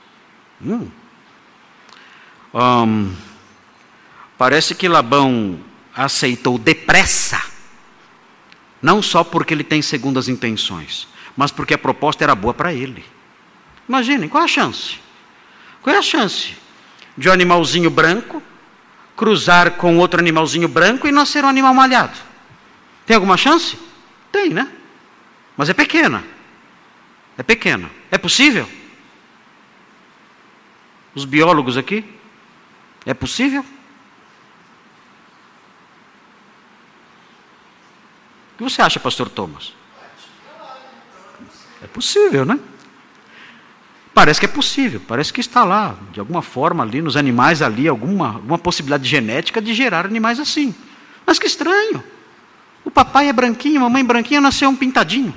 Parece que Labão aceitou depressa, não só porque ele tem segundas intenções, mas porque a proposta era boa para ele. Imaginem, qual é a chance? Qual é a chance de um animalzinho branco cruzar com outro animalzinho branco e nascer um animal malhado? Tem alguma chance? Tem, né? Mas é pequena. É pequena. É possível? Os biólogos aqui? É possível? O que você acha, pastor Thomas? É possível, né? Parece que é possível. Parece que está lá, de alguma forma, ali nos animais, ali, alguma possibilidade genética de gerar animais assim. Mas que estranho. O papai é branquinho, a mamãe branquinha, nasceu um pintadinho.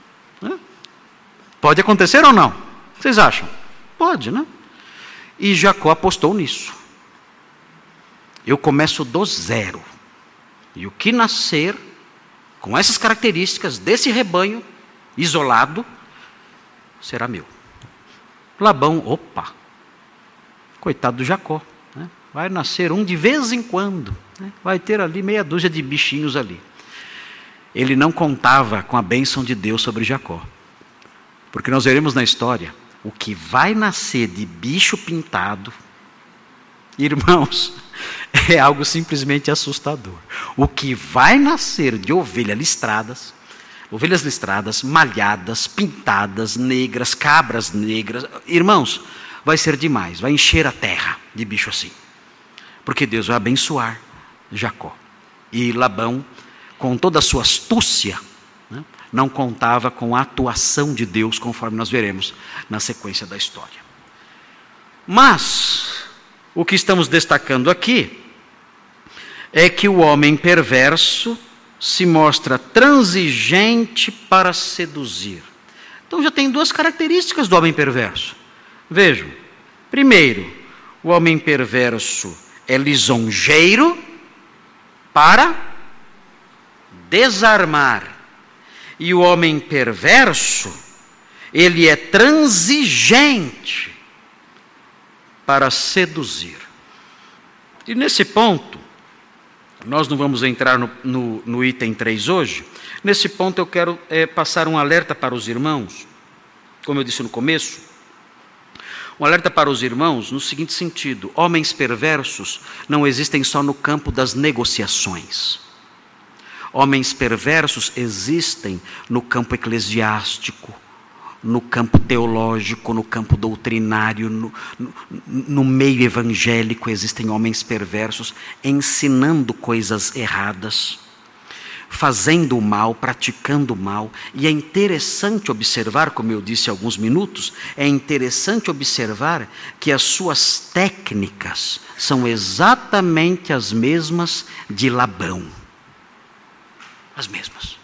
Pode acontecer ou não? Vocês acham? Pode, né? E Jacó apostou nisso. Eu começo do zero. E o que nascer, com essas características desse rebanho isolado, será meu. Labão, opa, coitado do Jacó, né? Vai nascer um de vez em quando, né? Vai ter ali meia dúzia de bichinhos ali. Ele não contava com a bênção de Deus sobre Jacó. Porque nós veremos na história, o que vai nascer de bicho pintado, irmãos, é algo simplesmente assustador. O que vai nascer de ovelhas listradas, malhadas, pintadas, negras, cabras negras, irmãos, vai ser demais, vai encher a terra de bicho assim. Porque Deus vai abençoar Jacó. E Labão, com toda a sua astúcia, né, não contava com a atuação de Deus, conforme nós veremos na sequência da história. Mas o que estamos destacando aqui é que o homem perverso se mostra transigente para seduzir. Então já tem duas características do homem perverso. Vejam, primeiro, o homem perverso é lisonjeiro para desarmar. E o homem perverso, ele é transigente para seduzir. E nesse ponto, nós não vamos entrar no item 3 hoje. Nesse ponto eu quero passar um alerta para os irmãos, como eu disse no começo, um alerta para os irmãos no seguinte sentido: homens perversos não existem só no campo das negociações. Homens perversos existem no campo eclesiástico, no campo teológico, no campo doutrinário, no meio evangélico existem homens perversos ensinando coisas erradas, fazendo o mal, praticando o mal. E é interessante observar, como eu disse há alguns minutos, é interessante observar que as suas técnicas são exatamente as mesmas de Labão. As mesmas.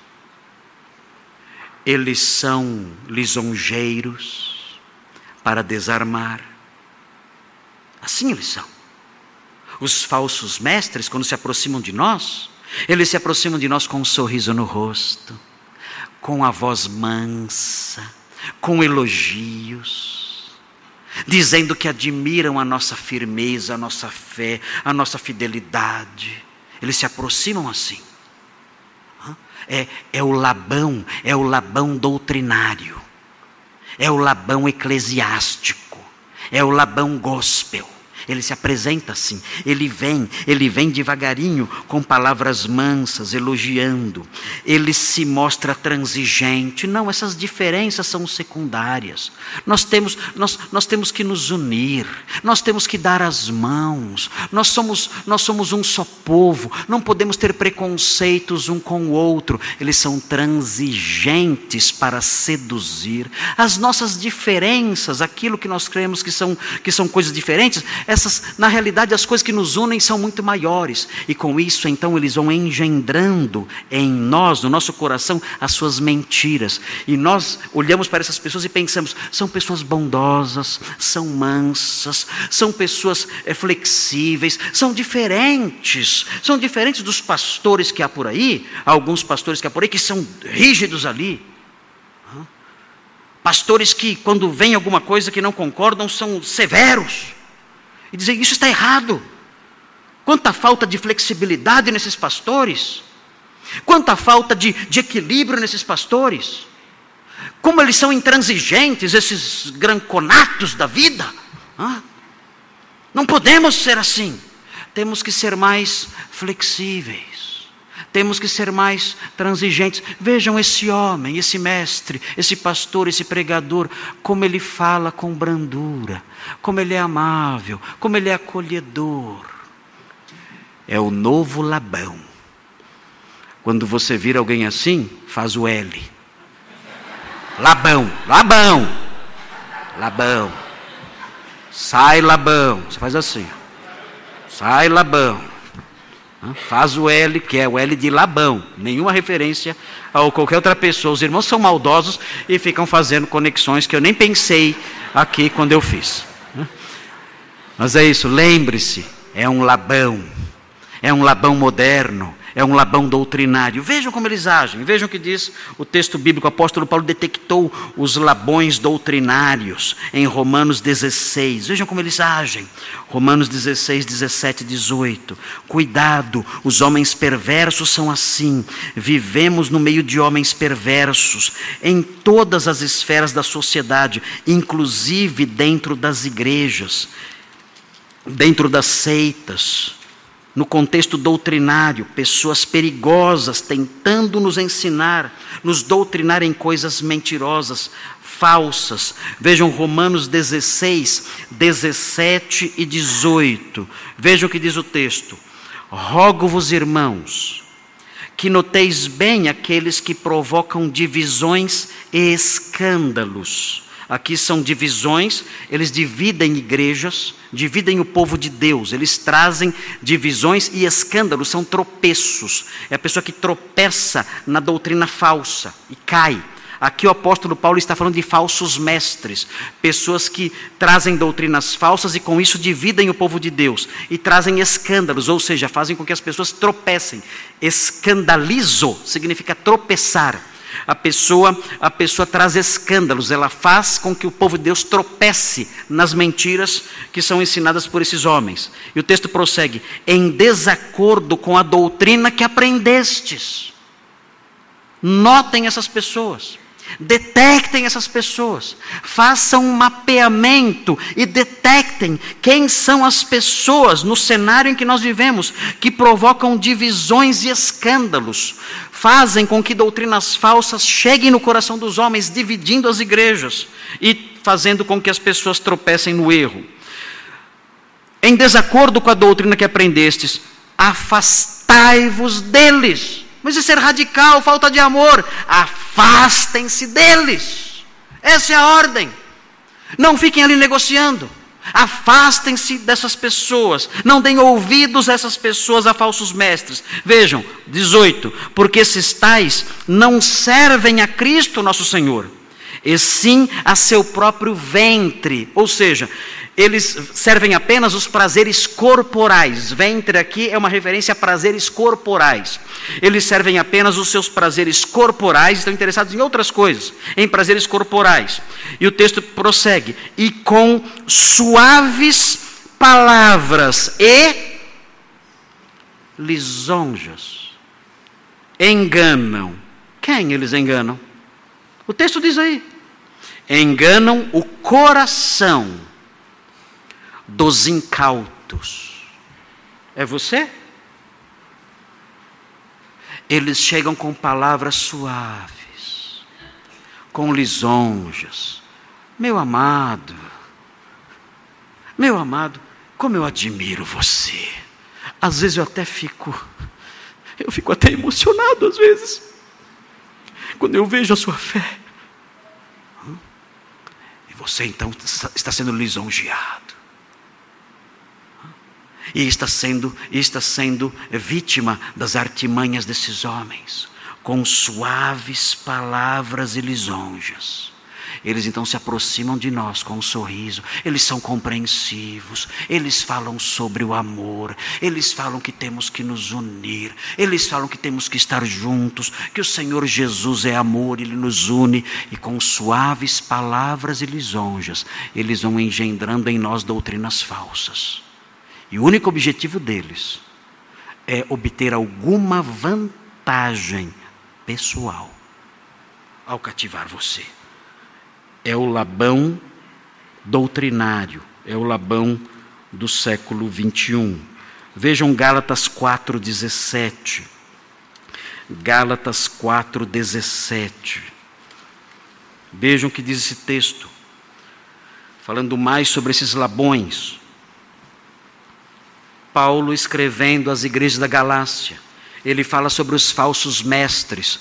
Eles são lisonjeiros para desarmar. Assim eles são. Os falsos mestres, quando se aproximam de nós, eles se aproximam de nós com um sorriso no rosto, com a voz mansa, com elogios, dizendo que admiram a nossa firmeza, a nossa fé, a nossa fidelidade. Eles se aproximam assim. É o Labão doutrinário. É o Labão eclesiástico. É o Labão gospel. Ele se apresenta assim, ele vem devagarinho com palavras mansas, elogiando. Ele se mostra transigente. Não, essas diferenças são secundárias. Nós temos que nos unir, nós temos que dar as mãos. Nós somos um só povo, não podemos ter preconceitos um com o outro. Eles são transigentes para seduzir. As nossas diferenças, aquilo que nós cremos que são coisas diferentes, na realidade, as coisas que nos unem são muito maiores. E com isso, então, eles vão engendrando em nós, no nosso coração, as suas mentiras. E nós olhamos para essas pessoas e pensamos, são pessoas bondosas, são mansas, são pessoas flexíveis, são diferentes dos pastores que há por aí, alguns pastores que há por aí que são rígidos ali. Pastores que, quando vem alguma coisa que não concordam, são severos. E dizer, isso está errado. Quanta falta de flexibilidade nesses pastores. Quanta falta de equilíbrio nesses pastores. Como eles são intransigentes, esses granconatos da vida. Não podemos ser assim. Temos que ser mais flexíveis. Temos que ser mais transigentes. Vejam esse homem, esse mestre, esse pastor, esse pregador, como ele fala com brandura, como ele é amável, como ele é acolhedor. É o novo Labão. Quando você vir alguém assim, faz o L. Labão, Labão, Labão. Sai, Labão. Você faz assim. Sai, Labão. Faz o L, que é o L de Labão. Nenhuma referência a qualquer outra pessoa. Os irmãos são maldosos e ficam fazendo conexões que eu nem pensei aqui quando eu fiz. Mas é isso, lembre-se, é um Labão. É um Labão moderno. É um Labão doutrinário. Vejam como eles agem. Vejam o que diz o texto bíblico. O apóstolo Paulo detectou os Labões doutrinários em Romanos 16. Vejam como eles agem. Romanos 16, 17, 18. Cuidado, os homens perversos são assim. Vivemos no meio de homens perversos, em todas as esferas da sociedade, inclusive dentro das igrejas, dentro das seitas. No contexto doutrinário, pessoas perigosas tentando nos ensinar, nos doutrinar em coisas mentirosas, falsas. Vejam Romanos 16, 17 e 18. Vejam o que diz o texto. Rogo-vos, irmãos, que noteis bem aqueles que provocam divisões e escândalos. Aqui são divisões, eles dividem igrejas, dividem o povo de Deus, eles trazem divisões e escândalos, são tropeços. É a pessoa que tropeça na doutrina falsa e cai. Aqui o apóstolo Paulo está falando de falsos mestres, pessoas que trazem doutrinas falsas e com isso dividem o povo de Deus. E trazem escândalos, ou seja, fazem com que as pessoas tropecem. Escandalizo significa tropeçar. A pessoa traz escândalos, ela faz com que o povo de Deus tropece nas mentiras que são ensinadas por esses homens. E o texto prossegue, em desacordo com a doutrina que aprendestes. Notem essas pessoas, detectem essas pessoas, façam um mapeamento e detectem quem são as pessoas no cenário em que nós vivemos, que provocam divisões e escândalos, fazem com que doutrinas falsas cheguem no coração dos homens, dividindo as igrejas e fazendo com que as pessoas tropecem no erro. Em desacordo com a doutrina que aprendestes, afastai-vos deles. Mas isso é radical, falta de amor. Afastem-se deles. Essa é a ordem. Não fiquem ali negociando. Afastem-se dessas pessoas. Não deem ouvidos a essas pessoas, a falsos mestres. Vejam, 18. Porque esses tais não servem a Cristo nosso Senhor, e sim a seu próprio ventre. Ou seja, eles servem apenas os prazeres corporais. Ventre aqui é uma referência a prazeres corporais. Eles servem apenas os seus prazeres corporais, estão interessados em outras coisas, em prazeres corporais. E o texto prossegue, e com suaves palavras e lisonjas. Enganam. Quem eles enganam? O texto diz aí. Enganam o coração dos incautos. É você? Eles chegam com palavras suaves, com lisonjas. Meu amado, como eu admiro você. Às vezes eu fico até emocionado às vezes, quando eu vejo a sua fé. E você então está sendo lisonjeado. E está sendo vítima das artimanhas desses homens, com suaves palavras e lisonjas. Eles então se aproximam de nós com um sorriso. Eles são compreensivos. Eles falam sobre o amor. Eles falam que temos que nos unir. Eles falam que temos que estar juntos. Que o Senhor Jesus é amor, Ele nos une. E com suaves palavras e lisonjas, eles vão engendrando em nós doutrinas falsas. E o único objetivo deles é obter alguma vantagem pessoal ao cativar você. É o Labão doutrinário, é o Labão do século 21. Vejam Gálatas 4,17. Gálatas 4,17. Vejam o que diz esse texto, falando mais sobre esses Labões. Paulo escrevendo às igrejas da Galácia, ele fala sobre os falsos mestres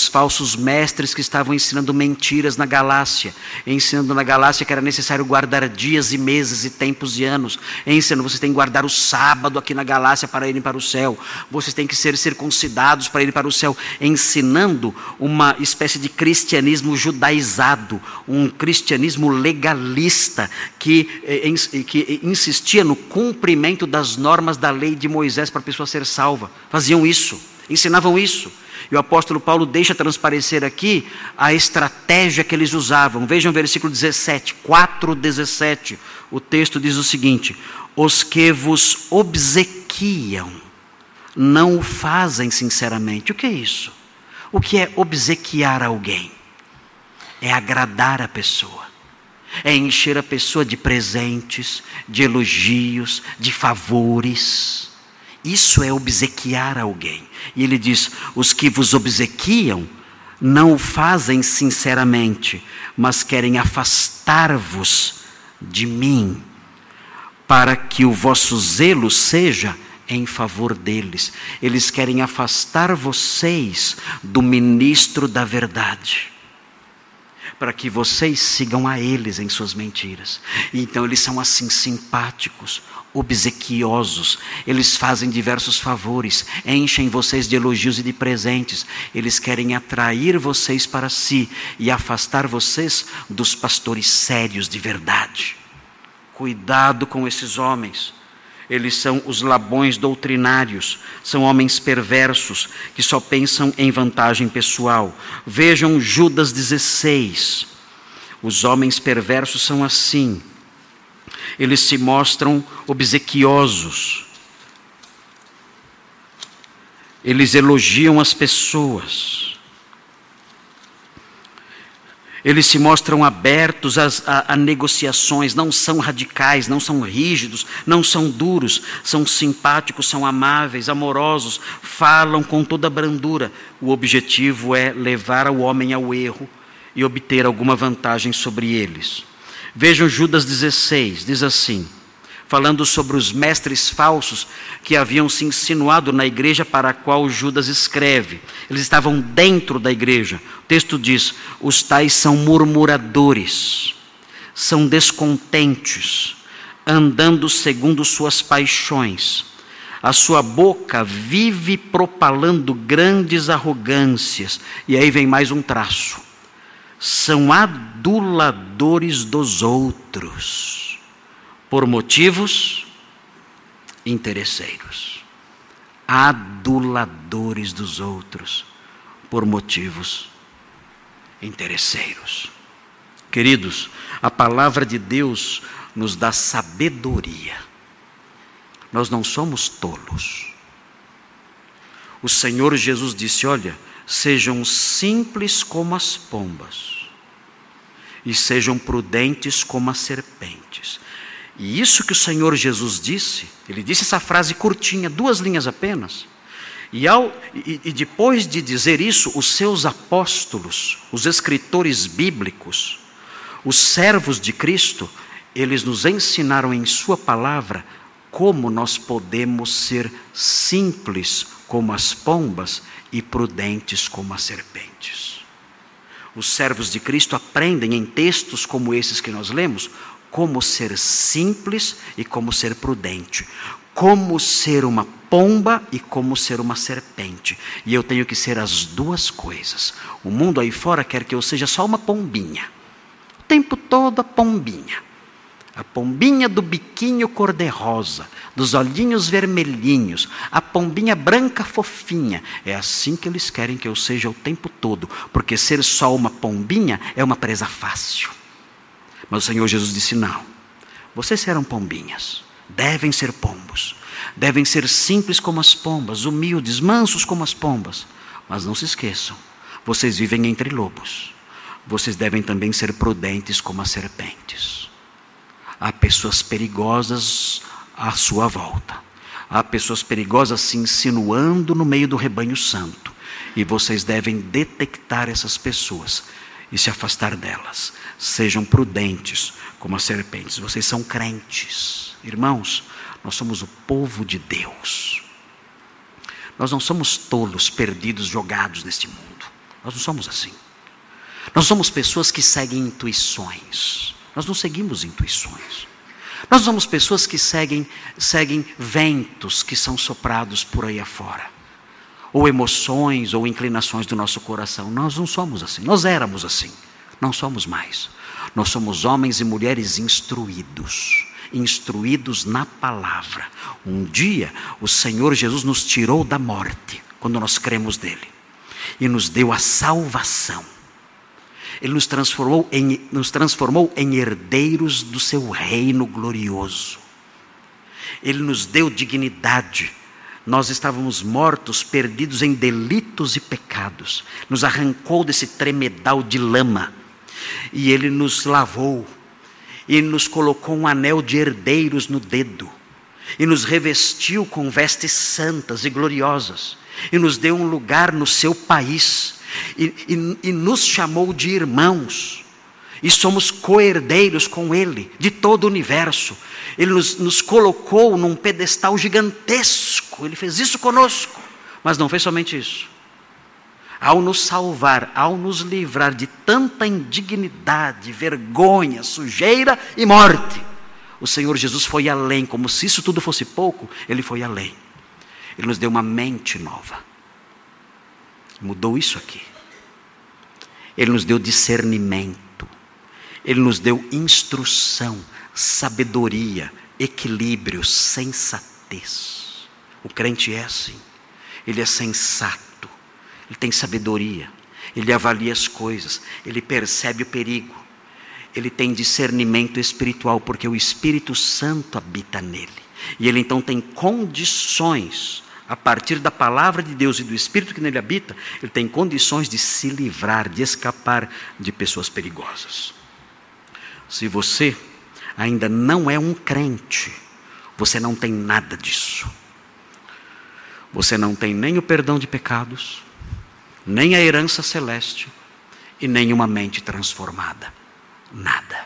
que estavam ensinando mentiras na Galácia, ensinando na Galácia que era necessário guardar dias e meses e tempos e anos, ensinando, vocês têm que guardar o sábado aqui na Galácia para irem para o céu, vocês têm que ser circuncidados para irem para o céu, ensinando uma espécie de cristianismo judaizado, um cristianismo legalista, que insistia no cumprimento das normas da lei de Moisés para a pessoa ser salva. Faziam isso, ensinavam isso. E o apóstolo Paulo deixa transparecer aqui a estratégia que eles usavam. Vejam o versículo 17, 4:17. O texto diz o seguinte: os que vos obsequiam não o fazem sinceramente. O que é isso? O que é obsequiar alguém? É agradar a pessoa. É encher a pessoa de presentes, de elogios, de favores. Isso é obsequiar alguém. E ele diz: os que vos obsequiam não o fazem sinceramente, mas querem afastar-vos de mim, para que o vosso zelo seja em favor deles. Eles querem afastar vocês do ministro da verdade, para que vocês sigam a eles em suas mentiras. E então eles são assim simpáticos, obsequiosos. Eles fazem diversos favores, enchem vocês de elogios e de presentes. Eles querem atrair vocês para si e afastar vocês dos pastores sérios de verdade. Cuidado com esses homens. Eles são os labões doutrinários, são homens perversos que só pensam em vantagem pessoal. Vejam Judas 16. Os homens perversos são assim. Eles se mostram obsequiosos. Eles elogiam as pessoas. Eles se mostram abertos a negociações, não são radicais, não são rígidos, não são duros, são simpáticos, são amáveis, amorosos, falam com toda brandura. O objetivo é levar o homem ao erro e obter alguma vantagem sobre eles. Vejam Judas 16, diz assim, falando sobre os mestres falsos que haviam se insinuado na igreja para a qual Judas escreve. Eles estavam dentro da igreja. O texto diz: os tais são murmuradores, são descontentes, andando segundo suas paixões. A sua boca vive propalando grandes arrogâncias. E aí vem mais um traço. São aduladores dos outros, por motivos interesseiros. Aduladores dos outros, por motivos interesseiros. Queridos, a palavra de Deus nos dá sabedoria. Nós não somos tolos. o Senhor Jesus disse: olha, sejam simples como as pombas e sejam prudentes como as serpentes. E isso que o Senhor Jesus disse, ele disse essa frase curtinha, 2 linhas apenas. E depois de dizer isso, os seus apóstolos, os escritores bíblicos, os servos de Cristo, eles nos ensinaram em sua palavra como nós podemos ser simples como as pombas e prudentes como as serpentes. Os servos de Cristo aprendem em textos como esses que nós lemos, como ser simples e como ser prudente, como ser uma pomba e como ser uma serpente. E eu tenho que ser as 2 coisas. O mundo aí fora quer que eu seja só uma pombinha, o tempo todo a pombinha do biquinho cor-de-rosa, dos olhinhos vermelhinhos, a pombinha branca fofinha. É assim que eles querem que eu seja o tempo todo, porque ser só uma pombinha é uma presa fácil. Mas o Senhor Jesus disse: não, vocês serão pombinhas, devem ser pombos, devem ser simples como as pombas, humildes, mansos como as pombas. Mas não se esqueçam, vocês vivem entre lobos, vocês devem também ser prudentes como as serpentes. Há pessoas perigosas à sua volta, há pessoas perigosas se insinuando no meio do rebanho santo, e vocês devem detectar essas pessoas e se afastar delas. Sejam prudentes como as serpentes. Vocês são crentes, irmãos, nós somos o povo de Deus. Nós não somos tolos, perdidos, jogados neste mundo. Nós não somos assim. Nós somos pessoas que seguem intuições. Nós não seguimos intuições. Nós somos pessoas que seguem ventos que são soprados por aí afora, ou emoções ou inclinações do nosso coração. Nós não somos assim. Nós éramos assim, não somos mais. Nós somos homens e mulheres instruídos na palavra. Um dia o Senhor Jesus nos tirou da morte, quando nós cremos nele, e nos deu a salvação. Ele nos transformou em herdeiros do seu reino glorioso. Ele nos deu dignidade. Nós estávamos mortos, perdidos em delitos e pecados. Nos arrancou desse tremedal de lama. E Ele nos lavou. Ele nos colocou um anel de herdeiros no dedo. E nos revestiu com vestes santas e gloriosas. E nos deu um lugar no seu país. E nos chamou de irmãos. E somos co-herdeiros com Ele, de todo o universo. Ele nos colocou num pedestal gigantesco. Ele fez isso conosco. Mas não fez somente isso. Ao nos salvar, ao nos livrar de tanta indignidade, vergonha, sujeira e morte, o Senhor Jesus foi além. Como se isso tudo fosse pouco, Ele foi além. Ele nos deu uma mente nova. Mudou isso aqui. Ele nos deu discernimento. Ele nos deu instrução, sabedoria, equilíbrio, sensatez. O crente é assim. Ele é sensato. Ele tem sabedoria. Ele avalia as coisas. Ele percebe o perigo. Ele tem discernimento espiritual, porque o Espírito Santo habita nele. E ele então tem condições, a partir da palavra de Deus e do Espírito que nele habita, ele tem condições de se livrar, de escapar de pessoas perigosas. Se você ainda não é um crente, você não tem nada disso. Você não tem nem o perdão de pecados, nem a herança celeste e nem uma mente transformada. Nada.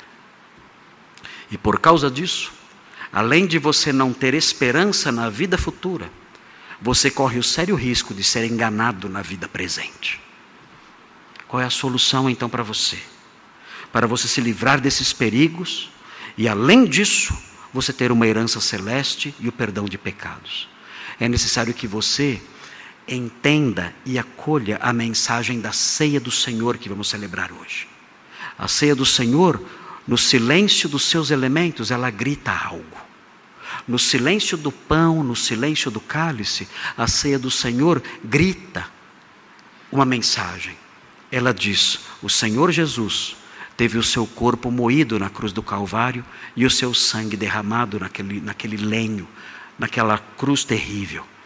E por causa disso, além de você não ter esperança na vida futura, você corre o sério risco de ser enganado na vida presente. Qual é a solução então para você? Para você se livrar desses perigos e, além disso, você ter uma herança celeste e o perdão de pecados. É necessário que você entenda e acolha a mensagem da ceia do Senhor que vamos celebrar hoje. A ceia do Senhor, no silêncio dos seus elementos, ela grita algo. No silêncio do pão, no silêncio do cálice, a ceia do Senhor grita uma mensagem. Ela diz: o Senhor Jesus teve o seu corpo moído na cruz do Calvário e o seu sangue derramado naquele lenho, naquela cruz terrível.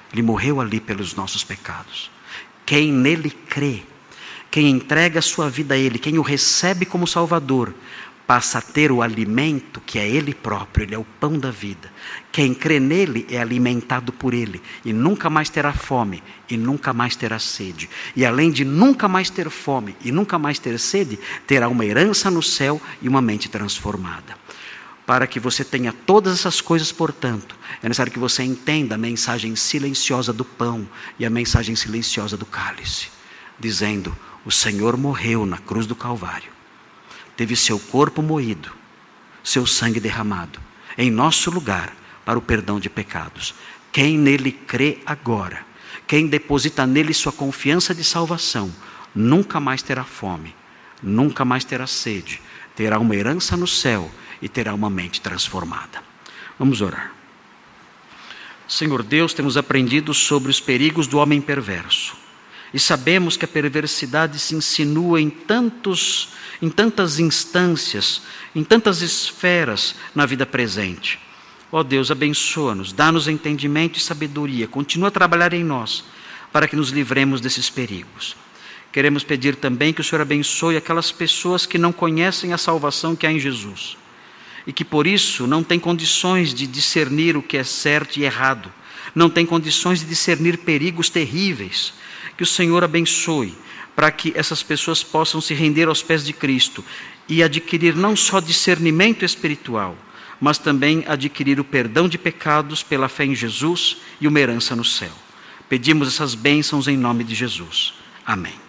Ele morreu ali pelos nossos pecados. Quem nele crê, quem entrega a sua vida a Ele, quem o recebe como Salvador, passa a ter o alimento que é Ele próprio, Ele é o pão da vida. Quem crê nele é alimentado por Ele e nunca mais terá fome e nunca mais terá sede. E além de nunca mais ter fome e nunca mais ter sede, terá uma herança no céu e uma mente transformada. Para que você tenha todas essas coisas, portanto, é necessário que você entenda a mensagem silenciosa do pão e a mensagem silenciosa do cálice, dizendo: o Senhor morreu na cruz do Calvário, teve seu corpo moído, seu sangue derramado, em nosso lugar, para o perdão de pecados. Quem nele crê agora, quem deposita nele sua confiança de salvação, nunca mais terá fome, nunca mais terá sede, terá uma herança no céu e terá uma mente transformada. Vamos orar. Senhor Deus, temos aprendido sobre os perigos do homem perverso. E sabemos que a perversidade se insinua em tantas instâncias, em tantas esferas na vida presente. Ó Deus, abençoa-nos, dá-nos entendimento e sabedoria, continua a trabalhar em nós, para que nos livremos desses perigos. Queremos pedir também que o Senhor abençoe aquelas pessoas que não conhecem a salvação que há em Jesus, e que por isso não têm condições de discernir o que é certo e errado, não têm condições de discernir perigos terríveis. Que o Senhor abençoe, para que essas pessoas possam se render aos pés de Cristo e adquirir não só discernimento espiritual, mas também adquirir o perdão de pecados pela fé em Jesus e uma herança no céu. Pedimos essas bênçãos em nome de Jesus. Amém.